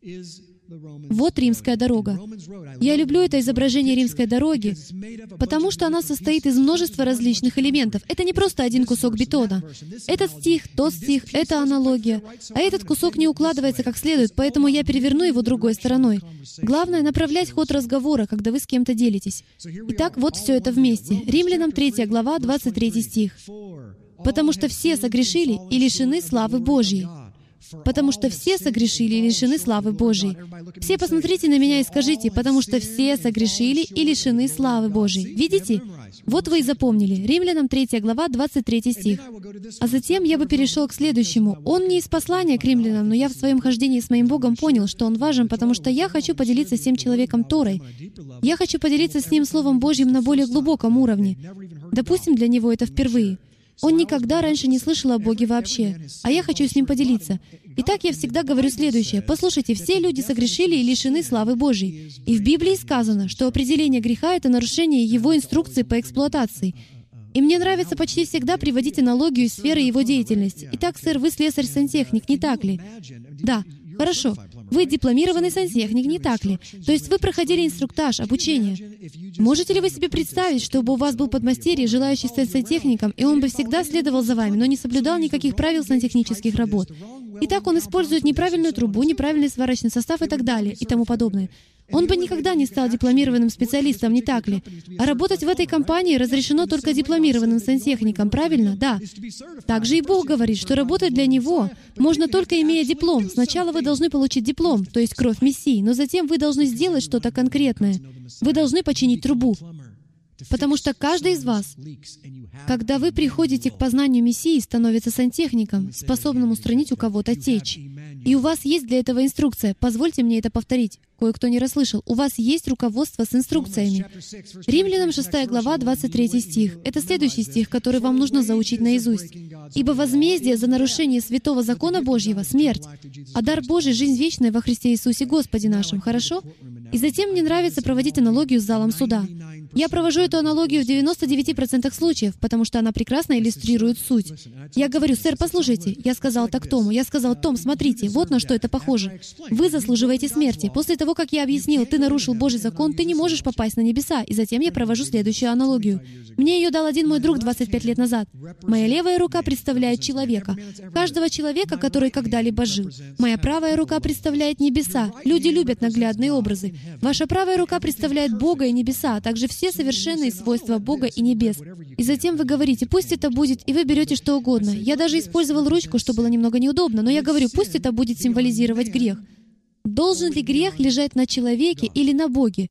Вот Римская дорога. Я люблю это изображение Римской дороги, потому что она состоит из множества различных элементов. Это не просто один кусок бетона. Этот стих, тот стих, это аналогия. А этот кусок не укладывается как следует, поэтому я переверну его другой стороной. Главное — направлять ход разговора, когда вы с кем-то делитесь. Итак, вот все это вместе. Римлянам 3 глава, 23 стих. «Потому что все согрешили и лишены славы Божьей». Потому что все согрешили и лишены славы Божьей. Все посмотрите на меня и скажите, потому что все согрешили и лишены славы Божьей. Видите? Вот вы и запомнили. Римлянам 3 глава, 23 стих. А затем я бы перешел к следующему. Он не из послания к римлянам, но я в своем хождении с моим Богом понял, что он важен, потому что я хочу поделиться с тем человеком Торой. Я хочу поделиться с ним Словом Божьим на более глубоком уровне. Допустим, для него это впервые. Он никогда раньше не слышал о Боге вообще, а я хочу с ним поделиться. Итак, я всегда говорю следующее. Послушайте, все люди согрешили и лишены славы Божьей. И в Библии сказано, что определение греха — это нарушение Его инструкции по эксплуатации. И мне нравится почти всегда приводить аналогию из сферы Его деятельности. Итак, сэр, вы слесарь-сантехник, не так ли? Да. Хорошо. Вы дипломированный сантехник, не так ли? То есть вы проходили инструктаж, обучение. Можете ли вы себе представить, чтобы у вас был подмастерье, желающий стать сантехником, и он бы всегда следовал за вами, но не соблюдал никаких правил сантехнических работ? Итак, он использует неправильную трубу, неправильный сварочный состав и так далее, и тому подобное. Он бы никогда не стал дипломированным специалистом, не так ли? А работать в этой компании разрешено только дипломированным сантехникам, правильно? Да. Также и Бог говорит, что работать для Него можно только имея диплом. Сначала вы должны получить диплом, то есть кровь Мессии, но затем вы должны сделать что-то конкретное. Вы должны починить трубу. Потому что каждый из вас, когда вы приходите к познанию Мессии, становится сантехником, способным устранить у кого-то течь. И у вас есть для этого инструкция. Позвольте мне это повторить. Кое-кто не расслышал. У вас есть руководство с инструкциями. Римлянам 6 глава, 23 стих. Это следующий стих, который вам нужно заучить наизусть. «Ибо возмездие за нарушение святого закона Божьего — смерть, а дар Божий — жизнь вечная во Христе Иисусе Господе нашим». Хорошо? И затем мне нравится проводить аналогию с залом суда. Я провожу эту аналогию в 99% случаев, потому что она прекрасно иллюстрирует суть. Я говорю: «Сэр, послушайте». Я сказал так Тому. Я сказал: «Том, смотрите, вот на что это похоже. Вы заслуживаете смерти. После того, как я объяснил, ты нарушил Божий закон, ты не можешь попасть на небеса». И затем я провожу следующую аналогию. Мне ее дал один мой друг 25 лет назад. Моя левая рука представляет человека. Каждого человека, который когда-либо жил. Моя правая рука представляет небеса. Люди любят наглядные образы. Ваша правая рука представляет Бога и небеса, а также все совершенные свойства Бога и небес. И затем вы говорите: «Пусть это будет», и вы берете что угодно. Я даже использовал ручку, что было немного неудобно, но я говорю: «Пусть это будет символизировать грех». Должен ли грех лежать на человеке или на Боге?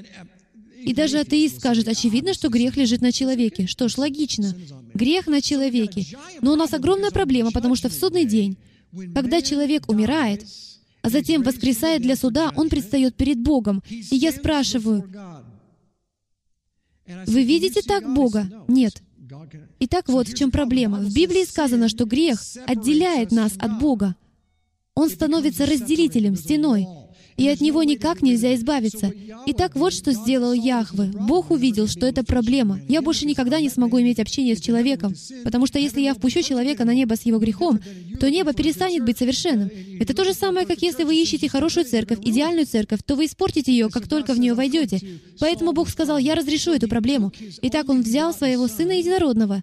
И даже атеист скажет: очевидно, что грех лежит на человеке. Что ж, логично. Грех на человеке. Но у нас огромная проблема, потому что в судный день, когда человек умирает, а затем воскресает для суда, он предстает перед Богом. И я спрашиваю: вы видите так Бога? Нет. Итак, вот в чем проблема. В Библии сказано, что грех отделяет нас от Бога. Он становится разделителем, стеной, и от него никак нельзя избавиться. Итак, вот что сделал Яхве. Бог увидел, что это проблема. Я больше никогда не смогу иметь общение с человеком, потому что если я впущу человека на небо с его грехом, то небо перестанет быть совершенным. Это то же самое, как если вы ищете хорошую церковь, идеальную церковь, то вы испортите ее, как только в нее войдете. Поэтому Бог сказал: «Я разрешу эту проблему». Итак, Он взял Своего Сына Единородного,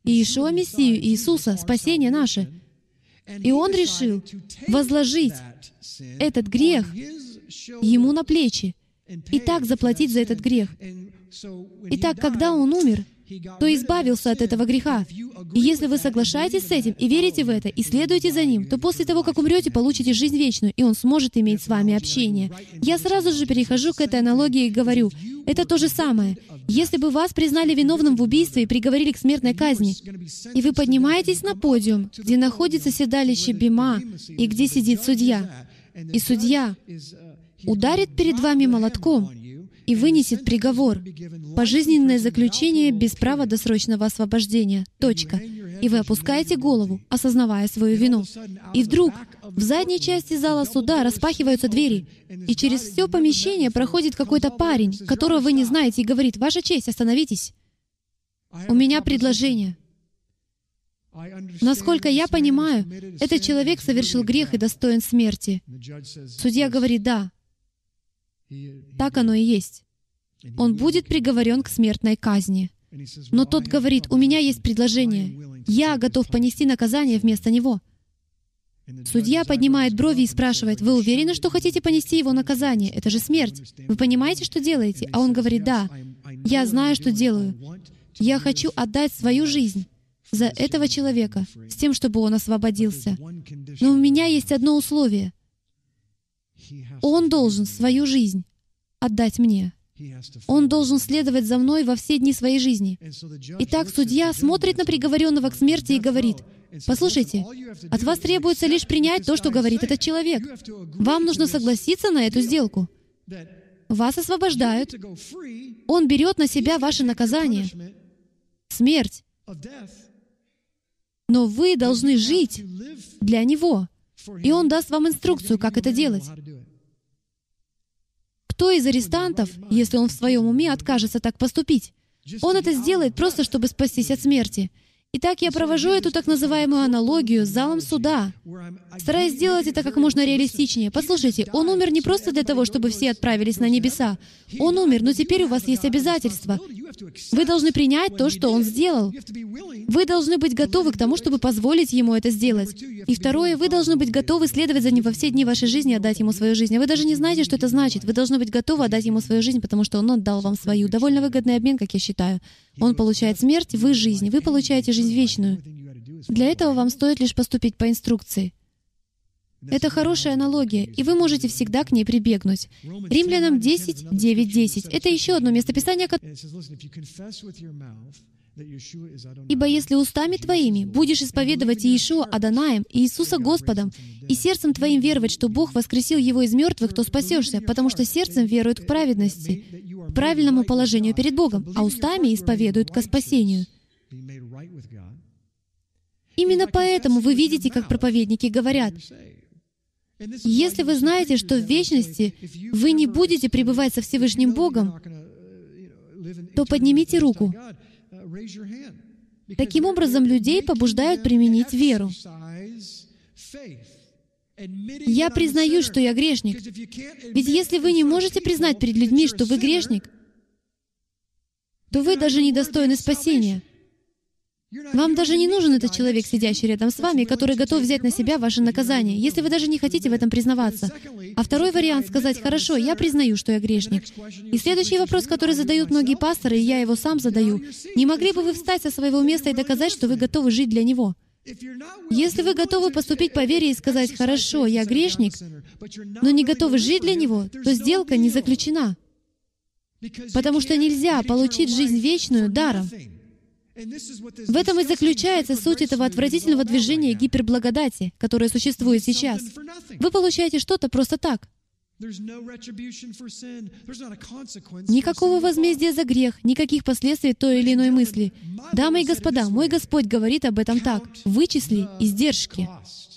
Иешуа Мессию, Иисуса, спасение наше. И Он решил возложить этот грех Ему на плечи и так заплатить за этот грех. Итак, когда Он умер, то избавился от этого греха. И если вы соглашаетесь с этим и верите в это, и следуете за Ним, то после того, как умрете, получите жизнь вечную, и Он сможет иметь с вами общение. Я сразу же перехожу к этой аналогии и говорю, это то же самое. Если бы вас признали виновным в убийстве и приговорили к смертной казни, и вы поднимаетесь на подиум, где находится седалище Бима, и где сидит судья, и судья ударит перед вами молотком и вынесет приговор, пожизненное заключение без права досрочного освобождения. Точка. И вы опускаете голову, осознавая свою вину. И вдруг в задней части зала суда распахиваются двери, и через все помещение проходит какой-то парень, которого вы не знаете, и говорит: «Ваша честь, остановитесь. У меня предложение». Насколько я понимаю, этот человек совершил грех и достоин смерти. Судья говорит: «Да, так оно и есть. Он будет приговорен к смертной казни». Но тот говорит: «У меня есть предложение. Я готов понести наказание вместо него». Судья поднимает брови и спрашивает: «Вы уверены, что хотите понести его наказание? Это же смерть. Вы понимаете, что делаете?» А он говорит: «Да, я знаю, что делаю. Я хочу отдать свою жизнь за этого человека, с тем, чтобы он освободился. Но у меня есть одно условие. Он должен свою жизнь отдать мне. Он должен следовать за мной во все дни своей жизни». Итак, судья смотрит на приговоренного к смерти и говорит: «Послушайте, от вас требуется лишь принять то, что говорит этот человек. Вам нужно согласиться на эту сделку. Вас освобождают. Он берет на себя ваше наказание, смерть. Но вы должны жить для Него, и Он даст вам инструкцию, как это делать». Кто из арестантов, если он в своем уме откажется так поступить? Он это сделает просто, чтобы спастись от смерти. Итак, я провожу эту так называемую аналогию с залом суда, стараясь сделать это как можно реалистичнее. Послушайте, Он умер не просто для того, чтобы все отправились на небеса. Он умер, но теперь у вас есть обязательства. Вы должны принять то, что Он сделал. Вы должны быть готовы к тому, чтобы позволить Ему это сделать. И второе, вы должны быть готовы следовать за Ним во все дни вашей жизни и отдать Ему свою жизнь. А вы даже не знаете, что это значит. Вы должны быть готовы отдать Ему свою жизнь, потому что Он отдал вам свою. Довольно выгодный обмен, как я считаю. Он получает смерть, вы — жизнь. Вы получаете жизнь вечную. Для этого вам стоит лишь поступить по инструкции. Это хорошая аналогия, и вы можете всегда к ней прибегнуть. Римлянам 10, 9, 10. Это еще одно местописание, «Ибо если устами твоими будешь исповедовать Иешуа Адонаем и Иисуса Господом, и сердцем твоим веровать, что Бог воскресил Его из мертвых, то спасешься, потому что сердцем веруют к праведности, к правильному положению перед Богом, а устами исповедуют ко спасению». Именно поэтому вы видите, как проповедники говорят: если вы знаете, что в вечности вы не будете пребывать со Всевышним Богом, то поднимите руку. Таким образом, людей побуждают применить веру. Я признаю, что я грешник. Ведь если вы не можете признать перед людьми, что вы грешник, то вы даже не достойны спасения. Вам даже не нужен этот человек, сидящий рядом с вами, который готов взять на себя ваше наказание, если вы даже не хотите в этом признаваться. А второй вариант — сказать: «Хорошо, я признаю, что я грешник». И следующий вопрос, который задают многие пасторы, и я его сам задаю: не могли бы вы встать со своего места и доказать, что вы готовы жить для Него? Если вы готовы поступить по вере и сказать: «Хорошо, я грешник», но не готовы жить для Него, то сделка не заключена. Потому что нельзя получить жизнь вечную даром. В этом и заключается суть этого отвратительного движения гиперблагодати, которое существует сейчас. Вы получаете что-то просто так. Никакого возмездия за грех, никаких последствий той или иной мысли. Дамы и господа, мой Господь говорит об этом так: вычисли издержки.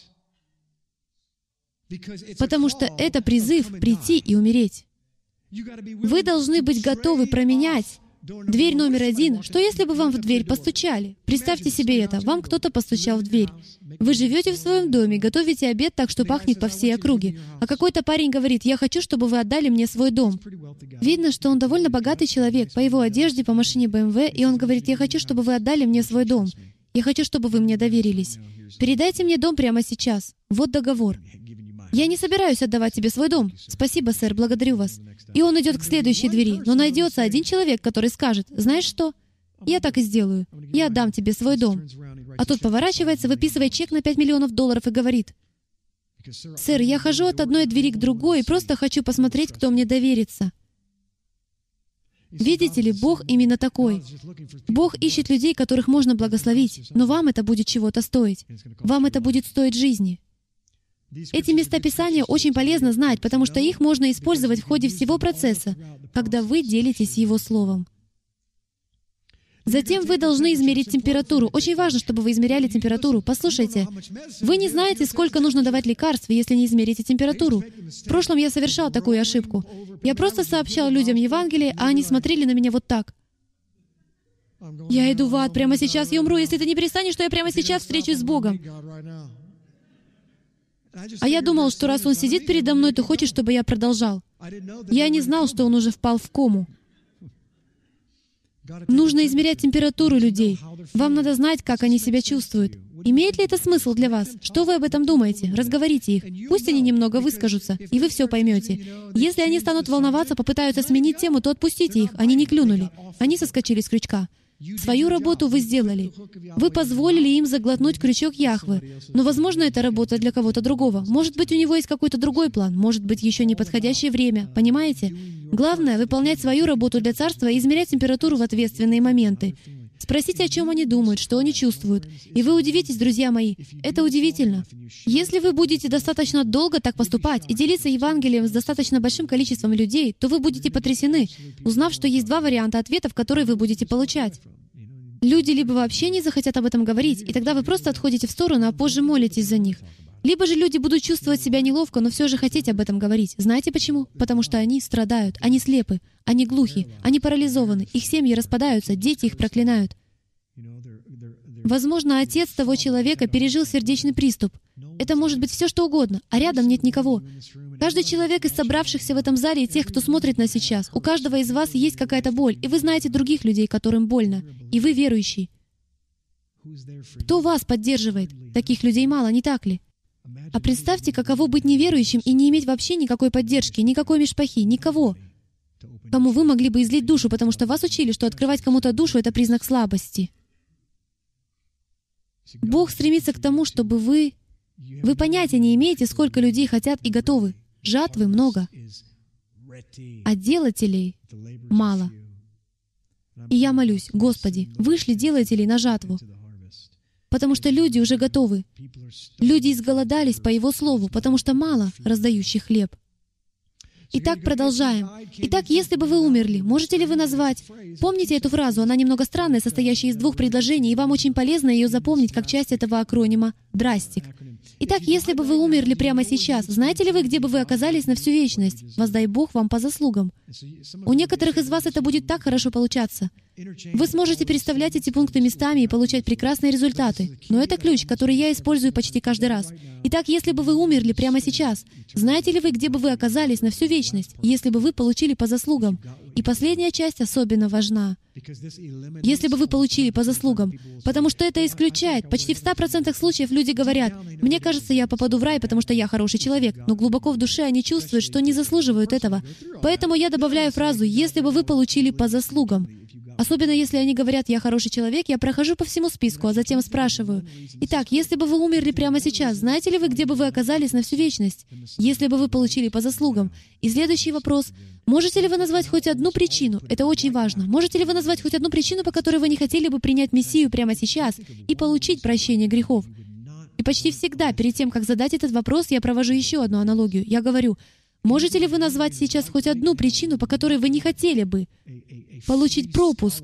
Потому что это призыв прийти и умереть. Вы должны быть готовы променять дверь номер 1. Что если бы вам в дверь постучали? Представьте себе это. Вам кто-то постучал в дверь. Вы живете в своем доме, готовите обед так, что пахнет по всей округе. А какой-то парень говорит: «Я хочу, чтобы вы отдали мне свой дом». Видно, что он довольно богатый человек, по его одежде, по машине BMW, и он говорит: «Я хочу, чтобы вы отдали мне свой дом». Я хочу, чтобы вы мне доверились. Передайте мне дом прямо сейчас. Вот договор. Я не собираюсь отдавать тебе свой дом. Спасибо, сэр, благодарю вас. И он идет к следующей двери. Но найдется один человек, который скажет, знаешь что? Я так и сделаю. Я отдам тебе свой дом. А тот поворачивается, выписывает чек на $5 миллионов и говорит, сэр, я хожу от одной двери к другой и просто хочу посмотреть, кто мне доверится. Видите ли, Бог именно такой. Бог ищет людей, которых можно благословить, но вам это будет чего-то стоить. Вам это будет стоить жизни. Эти места Писания очень полезно знать, потому что их можно использовать в ходе всего процесса, когда вы делитесь Его Словом. Затем вы должны измерить температуру. Очень важно, чтобы вы измеряли температуру. Послушайте, вы не знаете, сколько нужно давать лекарств, если не измерите температуру. В прошлом я совершал такую ошибку. Я просто сообщал людям Евангелие, а они смотрели на меня вот так. Я иду в ад, прямо сейчас я умру, если ты не перестанешь, что я прямо сейчас встречусь с Богом. А я думал, что раз Он сидит передо мной, то хочет, чтобы я продолжал. Я не знал, что Он уже впал в кому. Нужно измерять температуру людей. Вам надо знать, как они себя чувствуют. Имеет ли это смысл для вас? Что вы об этом думаете? Разговорите их. Пусть они немного выскажутся, и вы все поймете. Если они станут волноваться, попытаются сменить тему, то отпустите их. Они не клюнули. Они соскочили с крючка. Свою работу вы сделали. Вы позволили им заглотнуть крючок Яхвы. Но, возможно, это работа для кого-то другого. Может быть, у него есть какой-то другой план. Может быть, еще неподходящее время. Понимаете? Главное — выполнять свою работу для Царства и измерять температуру в ответственные моменты. Спросите, о чем они думают, что они чувствуют. И вы удивитесь, друзья мои. Это удивительно. Если вы будете достаточно долго так поступать и делиться Евангелием с достаточно большим количеством людей, то вы будете потрясены, узнав, что есть два варианта ответов, которые вы будете получать. Люди либо вообще не захотят об этом говорить, и тогда вы просто отходите в сторону, а позже молитесь за них. Либо же люди будут чувствовать себя неловко, но все же хотеть об этом говорить. Знаете почему? Потому что они страдают, они слепы, они глухи, они парализованы, их семьи распадаются, дети их проклинают. Возможно, отец того человека пережил сердечный приступ. Это может быть все, что угодно, а рядом нет никого. Каждый человек из собравшихся в этом зале и тех, кто смотрит нас сейчас, у каждого из вас есть какая-то боль, и вы знаете других людей, которым больно, и вы верующий. Кто вас поддерживает? Таких людей мало, не так ли? А представьте, каково быть неверующим и не иметь вообще никакой поддержки, никакой мишпахи, никого, кому вы могли бы излить душу, потому что вас учили, что открывать кому-то душу — это признак слабости. Бог стремится к тому, чтобы вы понятия не имеете, сколько людей хотят и готовы. Жатвы много, а делателей мало. И я молюсь, Господи, вышли делателей на жатву, потому что люди уже готовы. Люди изголодались по Его Слову, потому что мало раздающих хлеб. Итак, продолжаем. Итак, если бы вы умерли, можете ли вы назвать... Помните эту фразу? Она немного странная, состоящая из двух предложений, и вам очень полезно ее запомнить как часть этого акронима «драстик». Итак, если бы вы умерли прямо сейчас, знаете ли вы, где бы вы оказались на всю вечность? Воздай Бог вам по заслугам. У некоторых из вас это будет так хорошо получаться. Вы сможете переставлять эти пункты местами и получать прекрасные результаты. Но это ключ, который я использую почти каждый раз. Итак, если бы вы умерли прямо сейчас, знаете ли вы, где бы вы оказались на всю вечность, если бы вы получили по заслугам? И последняя часть особенно важна. Если бы вы получили по заслугам, потому что это исключает. Почти в 100% случаев люди говорят, «Мне кажется, я попаду в рай, потому что я хороший человек», но глубоко в душе они чувствуют, что не заслуживают этого. Поэтому я добавляю фразу «если бы вы получили по заслугам». Особенно если они говорят «я хороший человек», я прохожу по всему списку, а затем спрашиваю, «Итак, если бы вы умерли прямо сейчас, знаете ли вы, где бы вы оказались на всю вечность? Если бы вы получили по заслугам?» И следующий вопрос. Можете ли вы назвать хоть одну причину? Это очень важно. Можете ли вы назвать хоть одну причину, по которой вы не хотели бы принять Мессию прямо сейчас и получить прощение грехов? И почти всегда, перед тем, как задать этот вопрос, я провожу еще одну аналогию. Я говорю, можете ли вы назвать сейчас хоть одну причину, по которой вы не хотели бы получить пропуск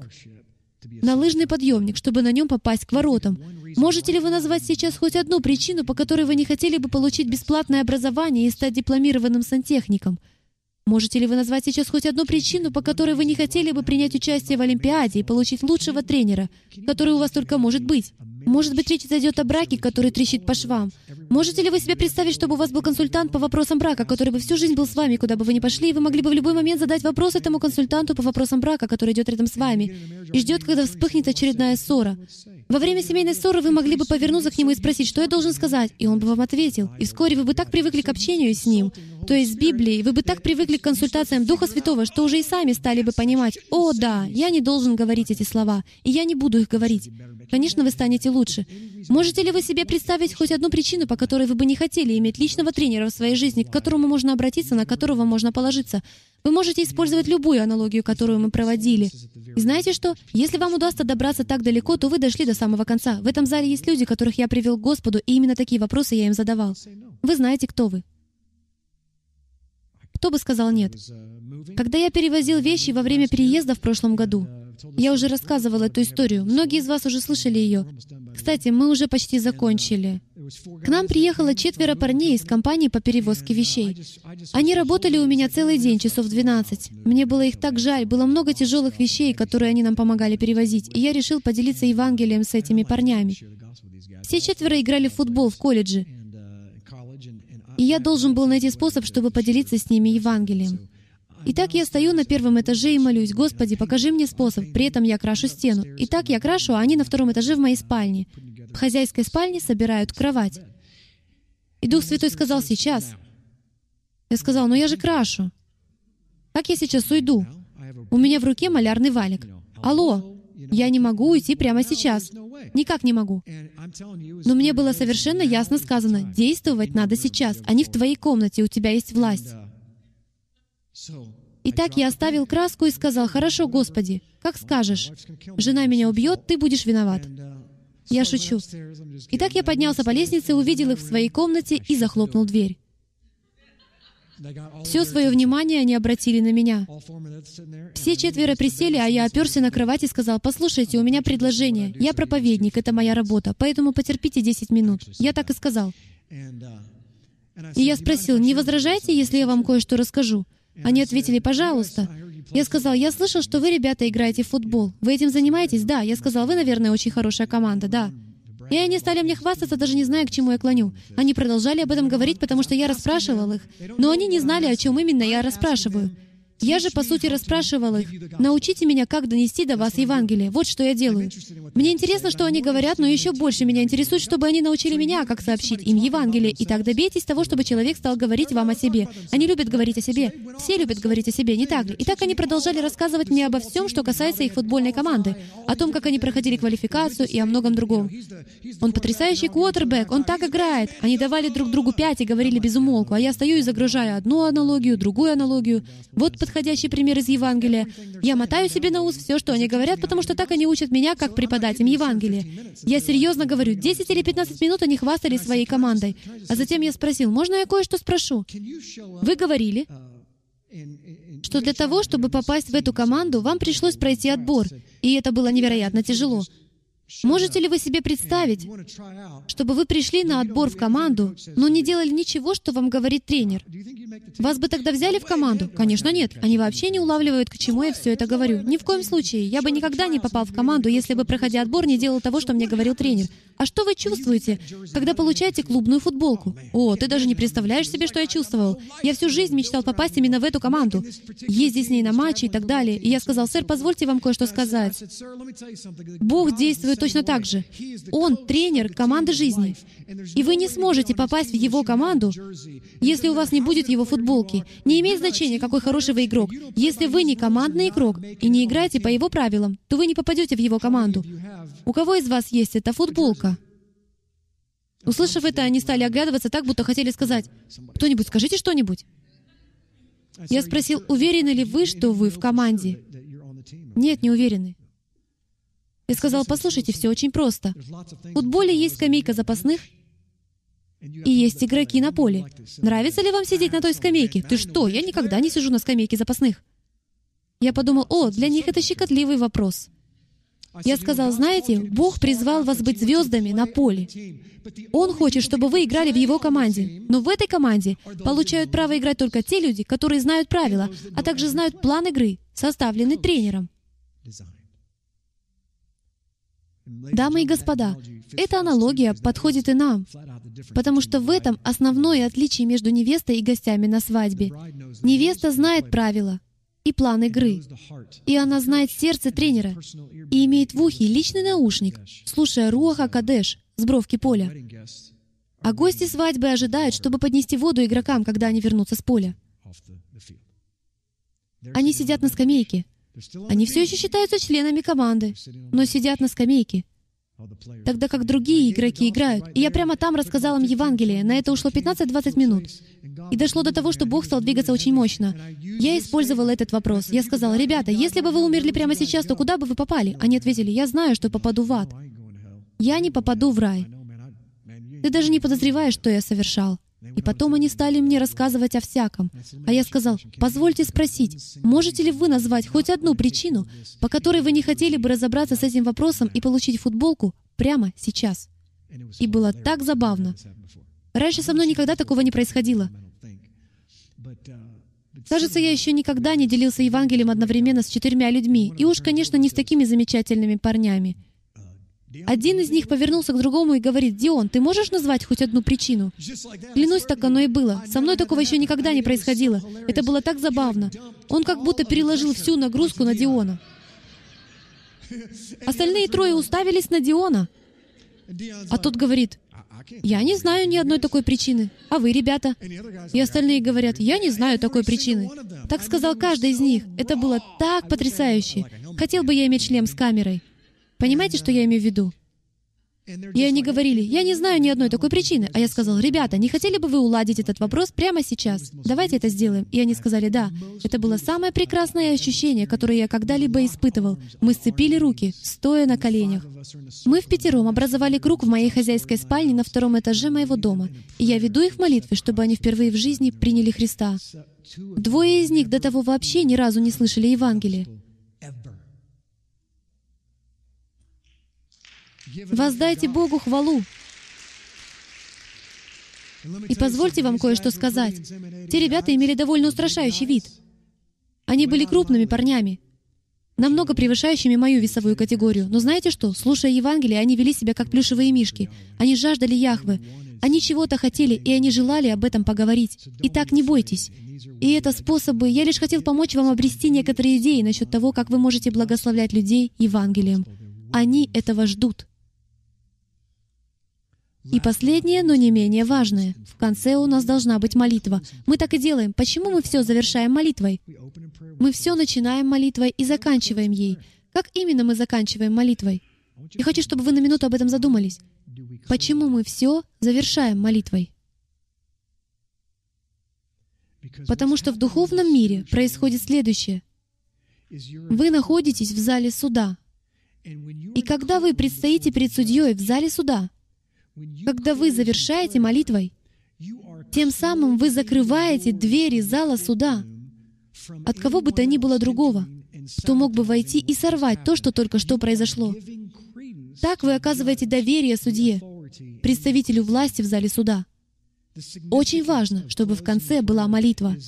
на лыжный подъемник, чтобы на нем попасть к воротам? Можете ли вы назвать сейчас хоть одну причину, по которой вы не хотели бы получить бесплатное образование и стать дипломированным сантехником? Можете ли вы назвать сейчас хоть одну причину, по которой вы не хотели бы принять участие в Олимпиаде и получить лучшего тренера, который у вас только может быть? Может быть, речь зайдет о браке, который трещит по швам. Можете ли вы себе представить, чтобы у вас был консультант по вопросам брака, который бы всю жизнь был с вами, куда бы вы ни пошли, и вы могли бы в любой момент задать вопрос этому консультанту по вопросам брака, который идет рядом с вами, и ждет, когда вспыхнет очередная ссора? Во время семейной ссоры вы могли бы повернуться к нему и спросить, что я должен сказать, и он бы вам ответил. И вскоре вы бы так привыкли к общению с ним, то есть с Библией, вы бы так привыкли к консультациям Духа Святого, что уже и сами стали бы понимать, «О, да, я не должен говорить эти слова, и я не буду их говорить». Конечно, вы станете лучше. Можете ли вы себе представить хоть одну причину, по которой вы бы не хотели иметь личного тренера в своей жизни, к которому можно обратиться, на которого можно положиться? Вы можете использовать любую аналогию, которую мы проводили. И знаете что? Если вам удастся добраться так далеко, то вы дошли до самого конца. В этом зале есть люди, которых я привел к Господу, и именно такие вопросы я им задавал. Вы знаете, кто вы. Кто бы сказал «нет»? Когда я перевозил вещи во время переезда в прошлом году, я уже рассказывал эту историю. Многие из вас уже слышали ее. Кстати, мы уже почти закончили. К нам приехало 4 парней из компании по перевозке вещей. Они работали у меня целый день, часов 12. Мне было их так жаль, было много тяжелых вещей, которые они нам помогали перевозить, и я решил поделиться Евангелием с этими парнями. Все 4 играли в футбол в колледже, и я должен был найти способ, чтобы поделиться с ними Евангелием. Итак, я стою на первом этаже и молюсь: «Господи, покажи мне способ». При этом я крашу стену. Итак, я крашу, а они на 2-м этаже в моей спальне. В хозяйской спальне собирают кровать. И Дух Святой сказал: «Сейчас». Я сказал: «Но я же крашу. Как я сейчас уйду? У меня в руке малярный валик. Алло, я не могу уйти прямо сейчас. Никак не могу». Но мне было совершенно ясно сказано: действовать надо сейчас, а не в твоей комнате, у тебя есть власть. Итак, я оставил краску и сказал: «Хорошо, Господи, как скажешь. Жена меня убьет, ты будешь виноват». Я шучу. Итак, я поднялся по лестнице, увидел их в своей комнате и захлопнул дверь. Все свое внимание они обратили на меня. Все 4 присели, а я оперся на кровать и сказал: «Послушайте, у меня предложение. Я проповедник, это моя работа, поэтому потерпите 10 минут». Я так и сказал. И я спросил: «Не возражаете, если я вам кое-что расскажу?» Они ответили: «Пожалуйста». Я сказал: «Я слышал, что вы, ребята, играете в футбол. Вы этим занимаетесь?» «Да». Я сказал: «Вы, наверное, очень хорошая команда». «Да». И они стали мне хвастаться, даже не зная, к чему я клоню. Они продолжали об этом говорить, потому что я расспрашивал их, но они не знали, о чем именно я расспрашиваю. Я же, по сути, расспрашивал их: «Научите меня, как донести до вас Евангелие». Вот что я делаю. Мне интересно, что они говорят, но еще больше меня интересует, чтобы они научили меня, как сообщить им Евангелие. Итак, добейтесь того, чтобы человек стал говорить вам о себе. Они любят говорить о себе. Все любят говорить о себе, не так ли? Итак, они продолжали рассказывать мне обо всем, что касается их футбольной команды, о том, как они проходили квалификацию и о многом другом. «Он потрясающий квотербэк, он так играет». Они давали друг другу 5 и говорили без умолку, а я стою и загружаю одну аналогию, другую аналогию. Вот подходящий пример из Евангелия. Я мотаю себе на ус все, что они говорят, потому что так они учат меня, как преподать им Евангелие. Я серьезно говорю, 10 или 15 минут они хвастались своей командой. А затем я спросил: «Можно я кое-что спрошу? Вы говорили, что для того, чтобы попасть в эту команду, вам пришлось пройти отбор, и это было невероятно тяжело. Можете ли вы себе представить, чтобы вы пришли на отбор в команду, но не делали ничего, что вам говорит тренер? Вас бы тогда взяли в команду? Конечно, нет. Они вообще не улавливают, к чему я все это говорю. Ни в коем случае. Я бы никогда не попал в команду, если бы, проходя отбор, не делал того, что мне говорил тренер. А что вы чувствуете, когда получаете клубную футболку? О, ты даже не представляешь себе, что я чувствовал. Я всю жизнь мечтал попасть именно в эту команду, ездить с ней на матчи и так далее. И я сказал: «Сэр, позвольте вам кое-что сказать. Бог действует точно так же. Он тренер команды жизни. И вы не сможете попасть в Его команду, если у вас не будет Его футболки. Не имеет значения, какой хороший вы игрок. Если вы не командный игрок и не играете по Его правилам, то вы не попадете в Его команду. У кого из вас есть эта футболка?» Услышав это, они стали оглядываться так, будто хотели сказать: «Кто-нибудь, скажите что-нибудь». Я спросил: «Уверены ли вы, что вы в команде?» «Нет, не уверены». Я сказал: «Послушайте, все очень просто. В футболе есть скамейка запасных, и есть игроки на поле. Нравится ли вам сидеть на той скамейке?» «Ты что? Я никогда не сижу на скамейке запасных». Я подумал: для них это щекотливый вопрос. Я сказал: «Знаете, Бог призвал вас быть звездами на поле. Он хочет, чтобы вы играли в Его команде. Но в этой команде получают право играть только те люди, которые знают правила, а также знают план игры, составленный тренером». Дамы и господа, эта аналогия подходит и нам, потому что в этом основное отличие между невестой и гостями на свадьбе. Невеста знает правила, и план игры. И она знает сердце тренера и имеет в ухе личный наушник, слушая Руах ха-Кодеш с бровки поля. А гости свадьбы ожидают, чтобы поднести воду игрокам, когда они вернутся с поля. Они сидят на скамейке. Они все еще считаются членами команды, но сидят на скамейке, тогда как другие игроки играют. И я прямо там рассказал им Евангелие. На это ушло 15-20 минут. И дошло до того, что Бог стал двигаться очень мощно. Я использовал этот вопрос. Я сказал: «Ребята, если бы вы умерли прямо сейчас, то куда бы вы попали?» Они ответили: «Я знаю, что попаду в ад». Я не попаду в рай. Ты даже не подозреваешь, что я совершал. И потом они стали мне рассказывать о всяком. А я сказал: «Позвольте спросить, можете ли вы назвать хоть одну причину, по которой вы не хотели бы разобраться с этим вопросом и получить футболку прямо сейчас?» И было так забавно. Раньше со мной никогда такого не происходило. Кажется, я еще никогда не делился Евангелием одновременно с 4 людьми, и уж, конечно, не с такими замечательными парнями. Один из них повернулся к другому и говорит: «Дион, ты можешь назвать хоть одну причину?» Клянусь, так оно и было. Со мной такого еще никогда не происходило. Это было так забавно. Он как будто переложил всю нагрузку на Диона. Остальные 3 уставились на Диона. А тот говорит: «Я не знаю ни одной такой причины. А вы, ребята?» И остальные говорят: «Я не знаю такой причины». Так сказал каждый из них. Это было так потрясающе. Хотел бы я иметь шлем с камерой. Понимаете, что я имею в виду? И они говорили: «Я не знаю ни одной такой причины». А я сказал: «Ребята, не хотели бы вы уладить этот вопрос прямо сейчас? Давайте это сделаем». И они сказали: «Да». Это было самое прекрасное ощущение, которое я когда-либо испытывал. Мы сцепили руки, стоя на коленях. Мы впятером образовали круг в моей хозяйской спальне на 2 этаже моего дома. И я веду их в молитве, чтобы они впервые в жизни приняли Христа. 2 из них до того вообще ни разу не слышали Евангелия. Воздайте Богу хвалу. И позвольте вам кое-что сказать. Те ребята имели довольно устрашающий вид. Они были крупными парнями, намного превышающими мою весовую категорию. Но знаете что? Слушая Евангелие, они вели себя как плюшевые мишки. Они жаждали Яхве. Они чего-то хотели, и они желали об этом поговорить. Итак, не бойтесь. И это способы... Я лишь хотел помочь вам обрести некоторые идеи насчет того, как вы можете благословлять людей Евангелием. Они этого ждут. И последнее, но не менее важное. В конце у нас должна быть молитва. Мы так и делаем. Почему мы все завершаем молитвой? Мы все начинаем молитвой и заканчиваем ей. Как именно мы заканчиваем молитвой? Я хочу, чтобы вы на минуту об этом задумались. Почему мы все завершаем молитвой? Потому что в духовном мире происходит следующее. Вы находитесь в зале суда. И когда вы предстоите перед судьей в зале суда, когда вы завершаете молитвой, тем самым вы закрываете двери зала суда от кого бы то ни было другого, кто мог бы войти и сорвать то, что только что произошло. Так вы оказываете доверие судье, представителю власти в зале суда. Очень важно, чтобы в конце была молитва.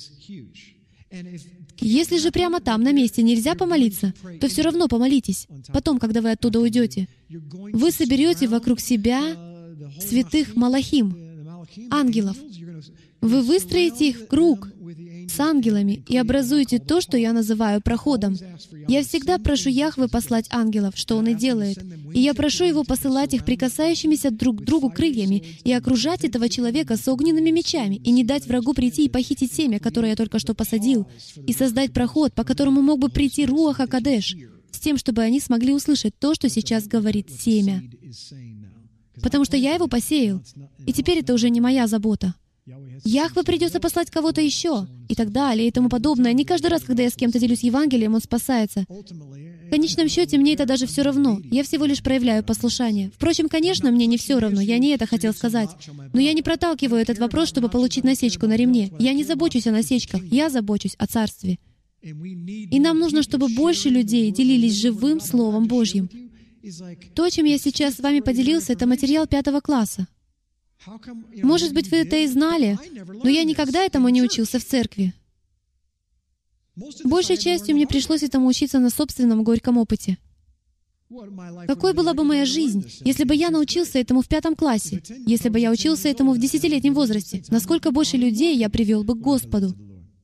Если же прямо там, на месте, нельзя помолиться, то все равно помолитесь. Потом, когда вы оттуда уйдете, вы соберете вокруг себя святых малахим, ангелов. Вы выстроите их в круг с ангелами и образуете то, что я называю проходом. Я всегда прошу Яхве послать ангелов, что Он и делает. И я прошу Его посылать их прикасающимися друг к другу крыльями и окружать этого человека с огненными мечами, и не дать врагу прийти и похитить семя, которое я только что посадил, и создать проход, по которому мог бы прийти Руах ха-Кодеш, с тем, чтобы они смогли услышать то, что сейчас говорит семя. Потому что я его посеял, и теперь это уже не моя забота. Яхве придется послать кого-то еще, и так далее, и тому подобное. Не каждый раз, когда я с кем-то делюсь Евангелием, он спасается. В конечном счете, мне это даже все равно. Я всего лишь проявляю послушание. Впрочем, конечно, мне не все равно, я не это хотел сказать. Но я не проталкиваю этот вопрос, чтобы получить насечку на ремне. Я не забочусь о насечках, я забочусь о Царстве. И нам нужно, чтобы больше людей делились живым Словом Божьим. То, чем я сейчас с вами поделился, это материал 5 класса. Может быть, вы это и знали, но я никогда этому не учился в церкви. Большей частью мне пришлось этому учиться на собственном горьком опыте. Какой была бы моя жизнь, если бы я научился этому в 5 классе, если бы я учился этому в 10-летнем возрасте? Насколько больше людей я привел бы к Господу?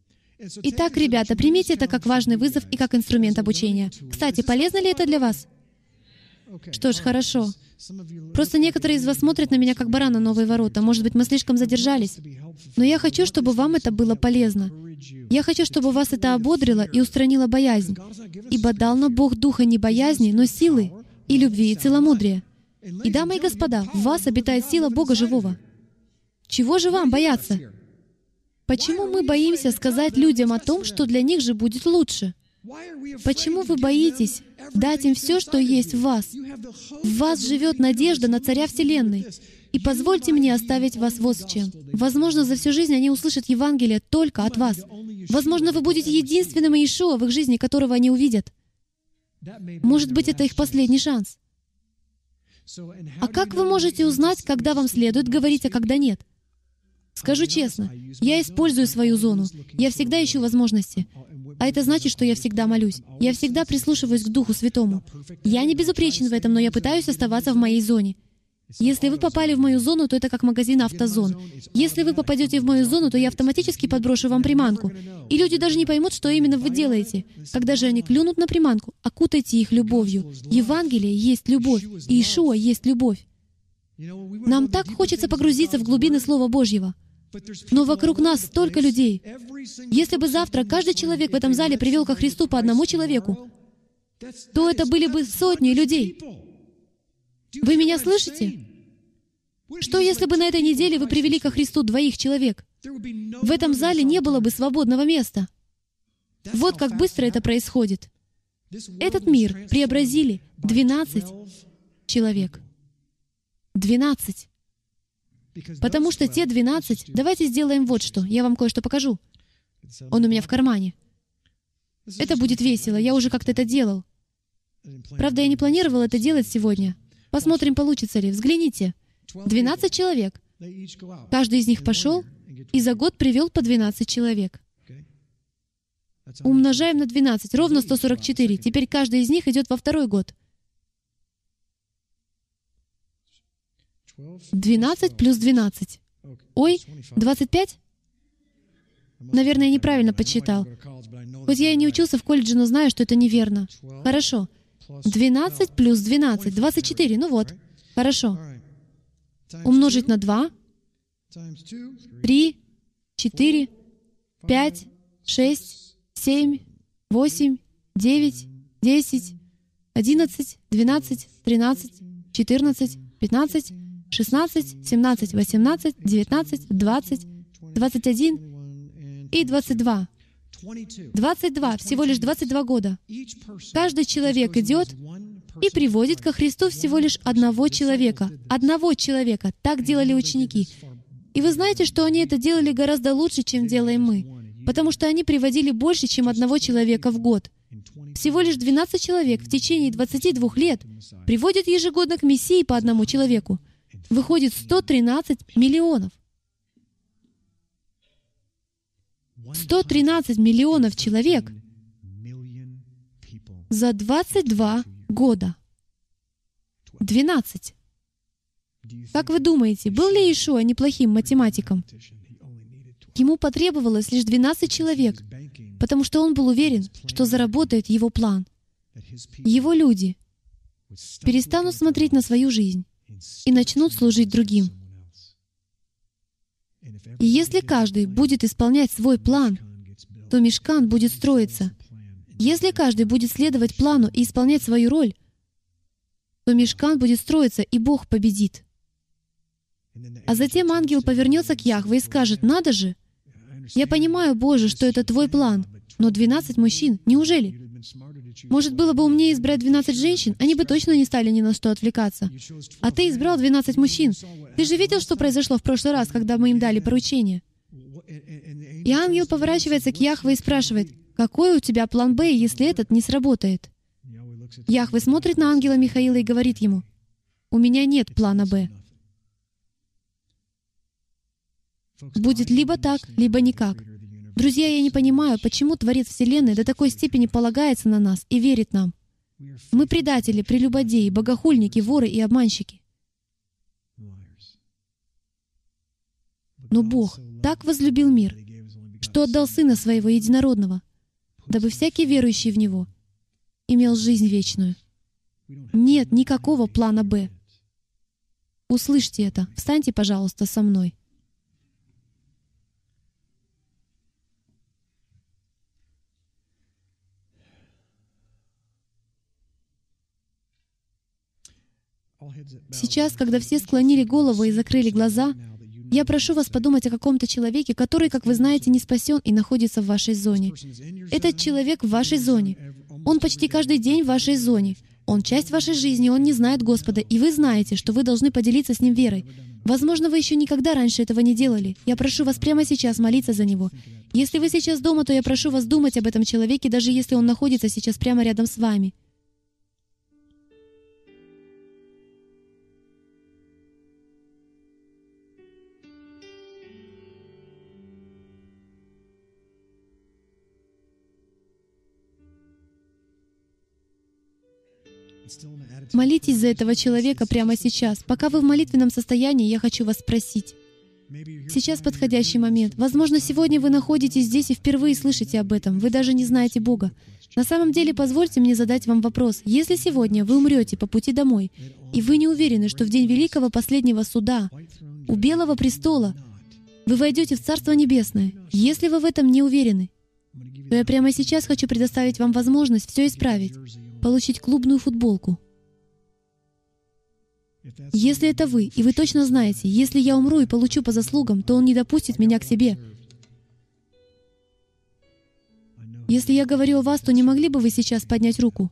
Итак, ребята, примите это как важный вызов и как инструмент обучения. Кстати, полезно ли это для вас? Что ж, хорошо. Просто некоторые из вас смотрят на меня как баран на новые ворота. Может быть, мы слишком задержались. Но я хочу, чтобы вам это было полезно. Я хочу, чтобы вас это ободрило и устранило боязнь. Ибо дал нам Бог духа не боязни, но силы, и любви, и целомудрия. И, дамы и господа, в вас обитает сила Бога живого. Чего же вам бояться? Почему мы боимся сказать людям о том, что для них же будет лучше? Почему вы боитесь дать им все, что есть в вас? В вас живет надежда на Царя Вселенной. И позвольте мне оставить вас вот с чем. Возможно, за всю жизнь они услышат Евангелие только от вас. Возможно, вы будете единственным Иешуа в их жизни, которого они увидят. Может быть, это их последний шанс. А как вы можете узнать, когда вам следует говорить, а когда нет? Скажу честно, я использую свою зону. Я всегда ищу возможности. А это значит, что я всегда молюсь. Я всегда прислушиваюсь к Духу Святому. Я не безупречен в этом, но я пытаюсь оставаться в моей зоне. Если вы попали в мою зону, то это как магазин «Автозон». Если вы попадете в мою зону, то я автоматически подброшу вам приманку. И люди даже не поймут, что именно вы делаете. Когда же они клюнут на приманку, окутайте их любовью. Евангелие есть любовь. Иешуа есть любовь. Нам так хочется погрузиться в глубины Слова Божьего. Но вокруг нас столько людей. Если бы завтра каждый человек в этом зале привел ко Христу по одному человеку, то это были бы сотни людей. Вы меня слышите? Что если бы на этой неделе вы привели ко Христу 2 человек? В этом зале не было бы свободного места. Вот как быстро это происходит. Этот мир преобразили 12 человек. 12. Потому что те 12... Давайте сделаем вот что. Я вам кое-что покажу. Он у меня в кармане. Это будет весело. Я уже как-то это делал. Правда, я не планировал это делать сегодня. Посмотрим, получится ли. Взгляните. 12 человек. Каждый из них пошел и за год привел по 12 человек. Умножаем на 12. Ровно 144. Теперь каждый из них идет во 2-й год. 12 плюс 12. Ой, 25? Наверное, я неправильно подсчитал. Хоть я и не учился в колледже, но знаю, что это неверно. Хорошо. 12 плюс 12. 24. Ну вот. Хорошо. Умножить на 2. 3, 4, 5, 6, 7, 8, 9, 10, 11, 12, 13, 14, 15, 16, 17, 18, 19, 20, 21 и 22. 22, всего лишь 22 года. Каждый человек идет и приводит ко Христу всего лишь одного человека. Одного человека. Так делали ученики. И вы знаете, что они это делали гораздо лучше, чем делаем мы. Потому что они приводили больше, чем одного человека в год. Всего лишь 12 человек в течение 22 лет приводят ежегодно к Мессии по одному человеку. Выходит 113 миллионов. 113 миллионов человек за 22 года. 12. Как вы думаете, был ли Иешуа неплохим математиком? Ему потребовалось лишь 12 человек, потому что он был уверен, что заработает его план. Его люди перестанут смотреть на свою жизнь и начнут служить другим. И если каждый будет исполнять свой план, то мишкан будет строиться. Если каждый будет следовать плану и исполнять свою роль, то мишкан будет строиться, и Бог победит. А затем ангел повернется к Яхве и скажет: «Надо же! Я понимаю, Боже, что это Твой план, но 12 мужчин, неужели? Может, было бы умнее избрать 12 женщин, они бы точно не стали ни на что отвлекаться. А Ты избрал 12 мужчин. Ты же видел, что произошло в прошлый раз, когда мы им дали поручение?» И ангел поворачивается к Яхве и спрашивает: «Какой у тебя план Б, если этот не сработает?» Яхве смотрит на ангела Михаила и говорит ему: «У меня нет плана Б. Будет либо так, либо никак». Друзья, я не понимаю, почему Творец Вселенной до такой степени полагается на нас и верит нам. Мы предатели, прелюбодеи, богохульники, воры и обманщики. Но Бог так возлюбил мир, кто отдал Сына Своего Единородного, дабы всякий верующий в Него имел жизнь вечную. Нет никакого плана «Б». Услышьте это. Встаньте, пожалуйста, со мной. Сейчас, когда все склонили голову и закрыли глаза, я прошу вас подумать о каком-то человеке, который, как вы знаете, не спасен и находится в вашей зоне. Этот человек в вашей зоне. Он почти каждый день в вашей зоне. Он часть вашей жизни, он не знает Господа, и вы знаете, что вы должны поделиться с ним верой. Возможно, вы еще никогда раньше этого не делали. Я прошу вас прямо сейчас молиться за него. Если вы сейчас дома, то я прошу вас думать об этом человеке, даже если он находится сейчас прямо рядом с вами. Молитесь за этого человека прямо сейчас. Пока вы в молитвенном состоянии, я хочу вас спросить. Сейчас подходящий момент. Возможно, сегодня вы находитесь здесь и впервые слышите об этом. Вы даже не знаете Бога. На самом деле, позвольте мне задать вам вопрос. Если сегодня вы умрете по пути домой, и вы не уверены, что в день Великого Последнего Суда у Белого Престола вы войдете в Царство Небесное, если вы в этом не уверены, то я прямо сейчас хочу предоставить вам возможность все исправить, получить клубную футболку. Если это вы, и вы точно знаете, если я умру и получу по заслугам, то Он не допустит меня к себе. Если я говорю о вас, то не могли бы вы сейчас поднять руку?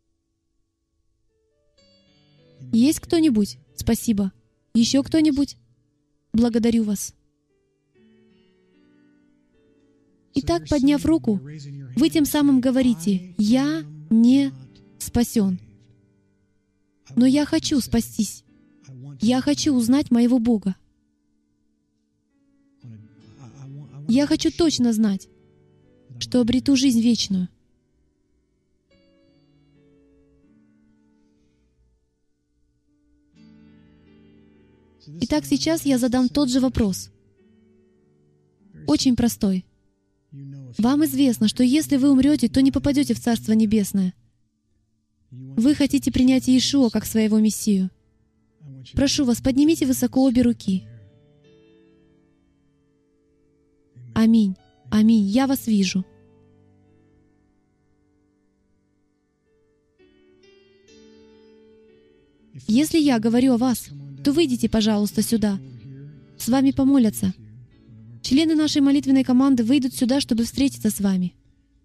Есть кто-нибудь? Спасибо. Еще кто-нибудь? Благодарю вас. Итак, подняв руку, вы тем самым говорите: «Я не спасен. Но я хочу спастись. Я хочу узнать моего Бога. Я хочу точно знать, что обрету жизнь вечную». Итак, сейчас я задам тот же вопрос. Очень простой. Вам известно, что если вы умрете, то не попадете в Царство Небесное. Вы хотите принять Иешуа как своего Мессию. Прошу вас, поднимите высоко обе руки. Аминь. Аминь. Я вас вижу. Если я говорю о вас, то выйдите, пожалуйста, сюда. С вами помолятся. Члены нашей молитвенной команды выйдут сюда, чтобы встретиться с вами.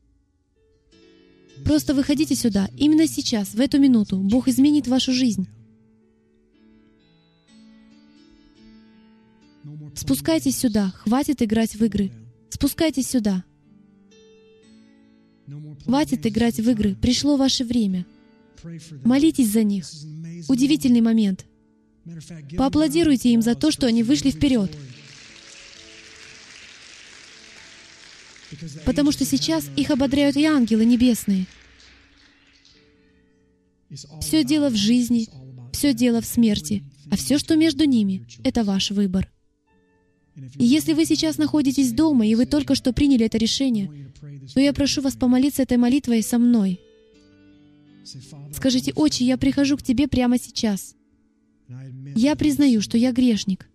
Просто выходите сюда. Именно сейчас, в эту минуту, Бог изменит вашу жизнь. Спускайтесь сюда. Хватит играть в игры. Спускайтесь сюда. Хватит играть в игры. Пришло ваше время. Молитесь за них. Удивительный момент. Поаплодируйте им за то, что они вышли вперед. Потому что сейчас их ободряют и ангелы небесные. Все дело в жизни, все дело в смерти, а все, что между ними, это ваш выбор. И если вы сейчас находитесь дома, и вы только что приняли это решение, то я прошу вас помолиться этой молитвой со мной. Скажите: «Отче, я прихожу к Тебе прямо сейчас. Я признаю, что я грешник.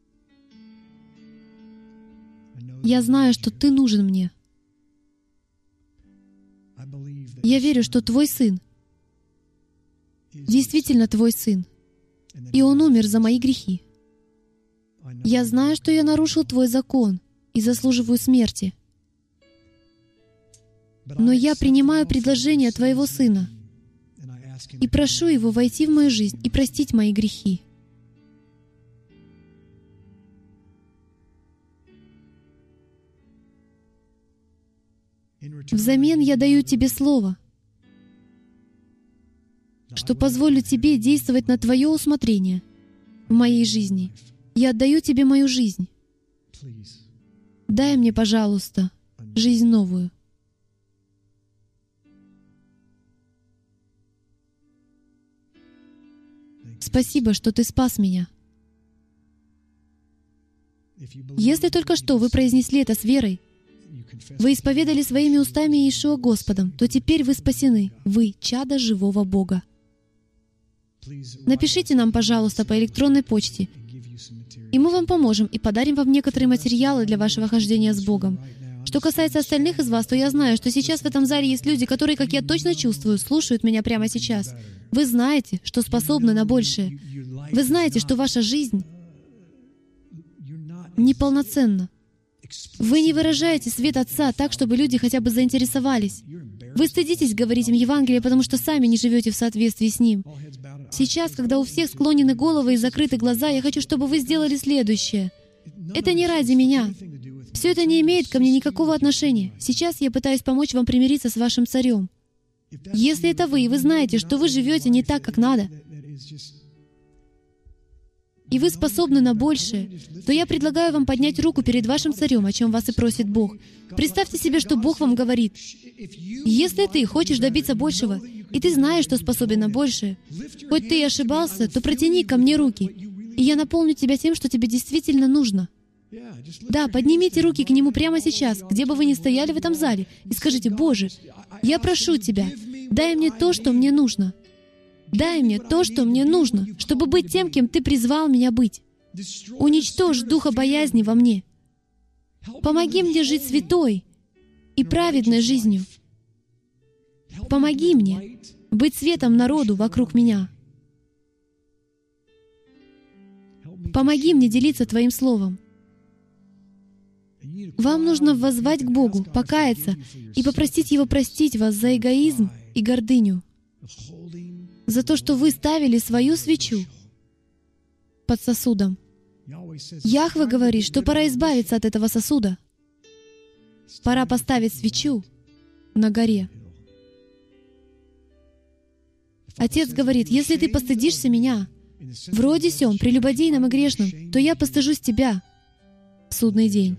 Я знаю, что Ты нужен мне. Я верю, что Твой Сын действительно Твой Сын, и Он умер за мои грехи. Я знаю, что я нарушил Твой закон и заслуживаю смерти. Но я принимаю предложение Твоего Сына и прошу Его войти в мою жизнь и простить мои грехи. Взамен я даю Тебе слово, что позволю Тебе действовать на Твое усмотрение в моей жизни. Я отдаю Тебе мою жизнь. Дай мне, пожалуйста, жизнь новую. Спасибо, что Ты спас меня. Если только что вы произнесли это с верой, вы исповедали своими устами Иешуа Господом, то теперь вы спасены. Вы — чадо живого Бога. Напишите нам, пожалуйста, по электронной почте, и мы вам поможем и подарим вам некоторые материалы для вашего хождения с Богом. Что касается остальных из вас, то я знаю, что сейчас в этом зале есть люди, которые, как я точно чувствую, слушают меня прямо сейчас. Вы знаете, что способны на большее. Вы знаете, что ваша жизнь неполноценна. Вы не выражаете свет Отца так, чтобы люди хотя бы заинтересовались. Вы стыдитесь говорить им Евангелие, потому что сами не живете в соответствии с ним. Сейчас, когда у всех склонены головы и закрыты глаза, я хочу, чтобы вы сделали следующее. Это не ради меня. Все это не имеет ко мне никакого отношения. Сейчас я пытаюсь помочь вам примириться с вашим царем. Если это вы, и вы знаете, что вы живете не так, как надо, и вы способны на большее, то я предлагаю вам поднять руку перед вашим царем, о чем вас и просит Бог. Представьте себе, что Бог вам говорит: если ты хочешь добиться большего, и ты знаешь, что способен на большее, хоть ты и ошибался, то протяни ко мне руки, и я наполню тебя тем, что тебе действительно нужно. Да, поднимите руки к Нему прямо сейчас, где бы вы ни стояли в этом зале, и скажите: «Боже, я прошу Тебя, дай мне то, что мне нужно. Дай мне то, что мне нужно, чтобы быть тем, кем Ты призвал меня быть. Уничтожь духа боязни во мне. Помоги мне жить святой и праведной жизнью. Помоги мне быть светом народу вокруг меня. Помоги мне делиться Твоим Словом». Вам нужно воззвать к Богу, покаяться и попросить Его простить вас за эгоизм и гордыню, за то, что вы ставили свою свечу под сосудом. Яхве говорит, что пора избавиться от этого сосуда. Пора поставить свечу на горе. Отец говорит: если ты постыдишься Меня в роде сём, прелюбодейном и грешном, то я постыжусь тебя в судный день.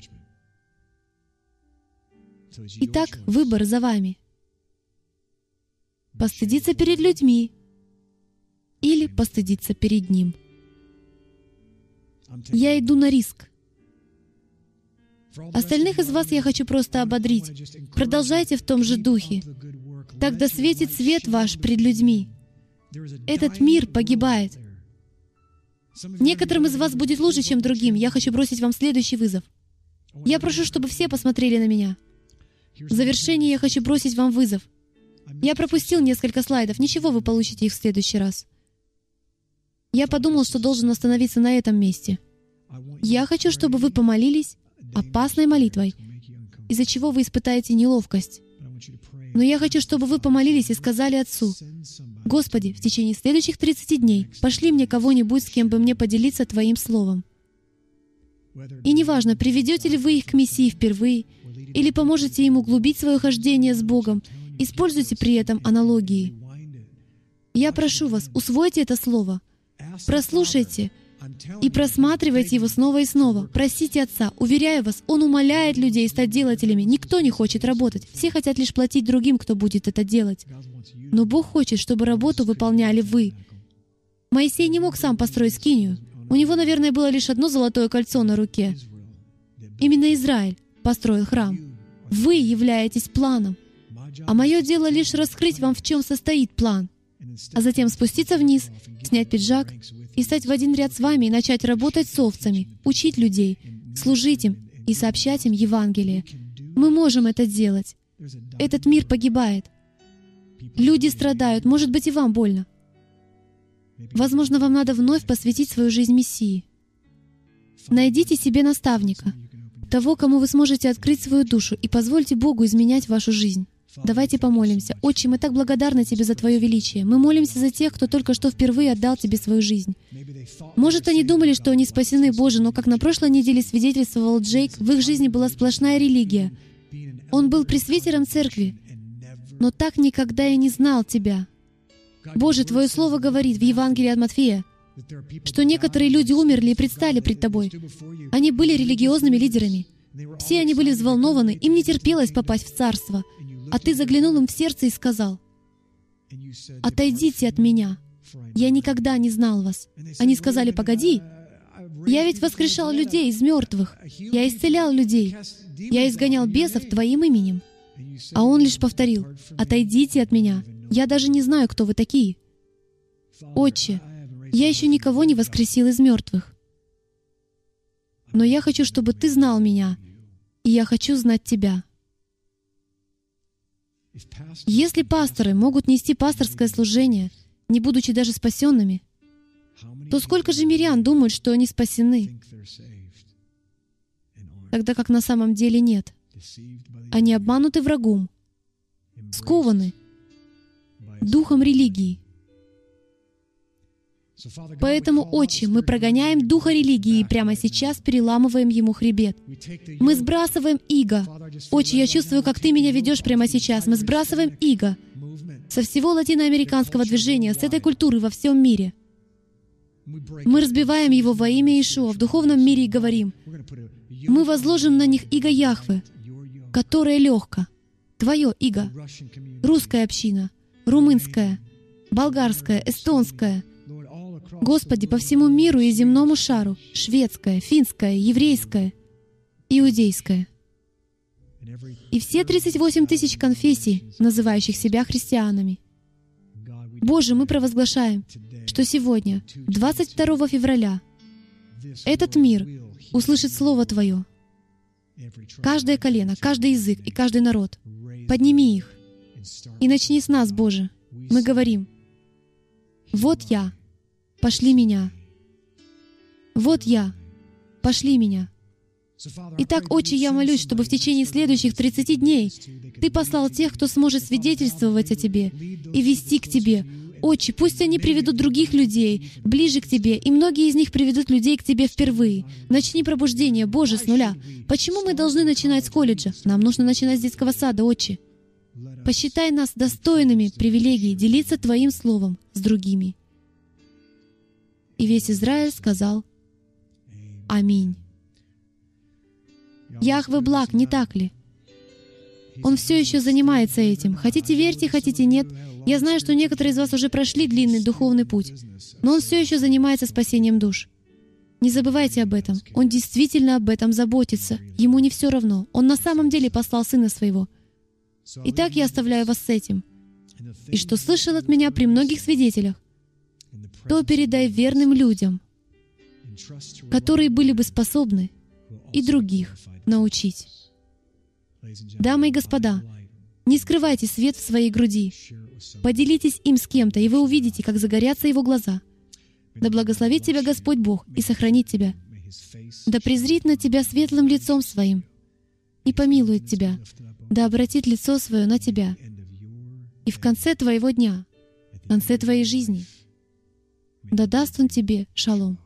Итак, выбор за вами. Постыдиться перед людьми или постыдиться перед Ним. Я иду на риск. Остальных из вас я хочу просто ободрить. Продолжайте в том же духе. Тогда светит свет ваш пред людьми. Этот мир погибает. Некоторым из вас будет лучше, чем другим. Я хочу бросить вам следующий вызов. Я прошу, чтобы все посмотрели на меня. В завершение я хочу бросить вам вызов. Я пропустил несколько слайдов. Ничего, вы получите их в следующий раз. Я подумал, что должен остановиться на этом месте. Я хочу, чтобы вы помолились опасной молитвой, из-за чего вы испытаете неловкость. Но я хочу, чтобы вы помолились и сказали Отцу: «Господи, в течение следующих 30 дней пошли мне кого-нибудь, с кем бы мне поделиться Твоим Словом». И неважно, приведете ли вы их к Мессии впервые, или поможете им углубить свое хождение с Богом, используйте при этом аналогии. Я прошу вас, усвойте это слово, прослушайте и просматривайте его снова и снова. Просите Отца. Уверяю вас, Он умоляет людей стать делателями. Никто не хочет работать. Все хотят лишь платить другим, кто будет это делать. Но Бог хочет, чтобы работу выполняли вы. Моисей не мог сам построить скинию. У него, наверное, было лишь одно золотое кольцо на руке. Именно Израиль построил храм. Вы являетесь планом. А мое дело лишь раскрыть вам, в чем состоит план, а затем спуститься вниз, снять пиджак и стать в один ряд с вами и начать работать с овцами, учить людей, служить им и сообщать им Евангелие. Мы можем это сделать. Этот мир погибает. Люди страдают. Может быть, и вам больно. Возможно, вам надо вновь посвятить свою жизнь Мессии. Найдите себе наставника, того, кому вы сможете открыть свою душу, и позвольте Богу изменять вашу жизнь. Давайте помолимся. Отче, мы так благодарны Тебе за Твое величие. Мы молимся за тех, кто только что впервые отдал Тебе свою жизнь. Может, они думали, что они спасены, Боже, но, как на прошлой неделе свидетельствовал Джейк, в их жизни была сплошная религия. Он был пресвитером церкви, но так никогда и не знал Тебя. Боже, Твое Слово говорит в Евангелии от Матфея, что некоторые люди умерли и предстали пред Тобой. Они были религиозными лидерами. Все они были взволнованы, им не терпелось попасть в Царство. А Ты заглянул им в сердце и сказал: «Отойдите от Меня, я никогда не знал вас». Они сказали: «Погоди, Я ведь воскрешал людей из мертвых. Я исцелял людей. Я изгонял бесов Твоим именем. А он лишь повторил: «Отойдите от меня. Я даже не знаю, кто вы такие». Отче, я еще никого не воскресил из мертвых. Но я хочу, чтобы Ты знал меня, и я хочу знать Тебя. Если пасторы могут нести пасторское служение, не будучи даже спасенными, то сколько же мирян думают, что они спасены, тогда как на самом деле нет? Они обмануты врагом, скованы духом религии. Поэтому, Отче, мы прогоняем духа религии и прямо сейчас переламываем ему хребет. Мы сбрасываем иго. Отче, я чувствую, как Ты меня ведешь прямо сейчас. Мы сбрасываем иго со всего латиноамериканского движения, с этой культуры во всем мире. Мы разбиваем его во имя Иешуа в духовном мире и говорим: мы возложим на них иго Яхве, которое легко. Твое иго. Русская община, румынская, болгарская, эстонская. Господи, по всему миру и земному шару, шведская, финская, еврейская, иудейская. И все 38 тысяч конфессий, называющих себя христианами. Боже, мы провозглашаем, что сегодня, 22 февраля, этот мир услышит Слово Твое. Каждое колено, каждый язык и каждый народ. Подними их. И начни с нас, Боже. Мы говорим: вот я, пошли меня. Вот я, пошли меня. Итак, Отче, я молюсь, чтобы в течение следующих 30 дней Ты послал тех, кто сможет свидетельствовать о Тебе и вести к Тебе. Отче, пусть они приведут других людей ближе к Тебе, и многие из них приведут людей к Тебе впервые. Начни пробуждение, Боже, с нуля. Почему мы должны начинать с колледжа? Нам нужно начинать с детского сада, Отче. Посчитай нас достойными привилегий делиться Твоим Словом с другими. И весь Израиль сказал: Аминь. Яхве благ, не так ли? Он все еще занимается этим. Хотите верьте, хотите нет. Я знаю, что некоторые из вас уже прошли длинный духовный путь, но Он все еще занимается спасением душ. Не забывайте об этом. Он действительно об этом заботится. Ему не все равно. Он на самом деле послал Сына Своего. Итак, я оставляю вас с этим. И что слышал от меня при многих свидетелях, то передай верным людям, которые были бы способны и других научить. Дамы и господа, не скрывайте свет в своей груди. Поделитесь им с кем-то, и вы увидите, как загорятся его глаза. Да благословит тебя Господь Бог и сохранит тебя. Да презрит на тебя светлым лицом Своим и помилует тебя. Да обратит лицо Свое на тебя. И в конце твоего дня, в конце твоей жизни, да даст Он тебе шалом.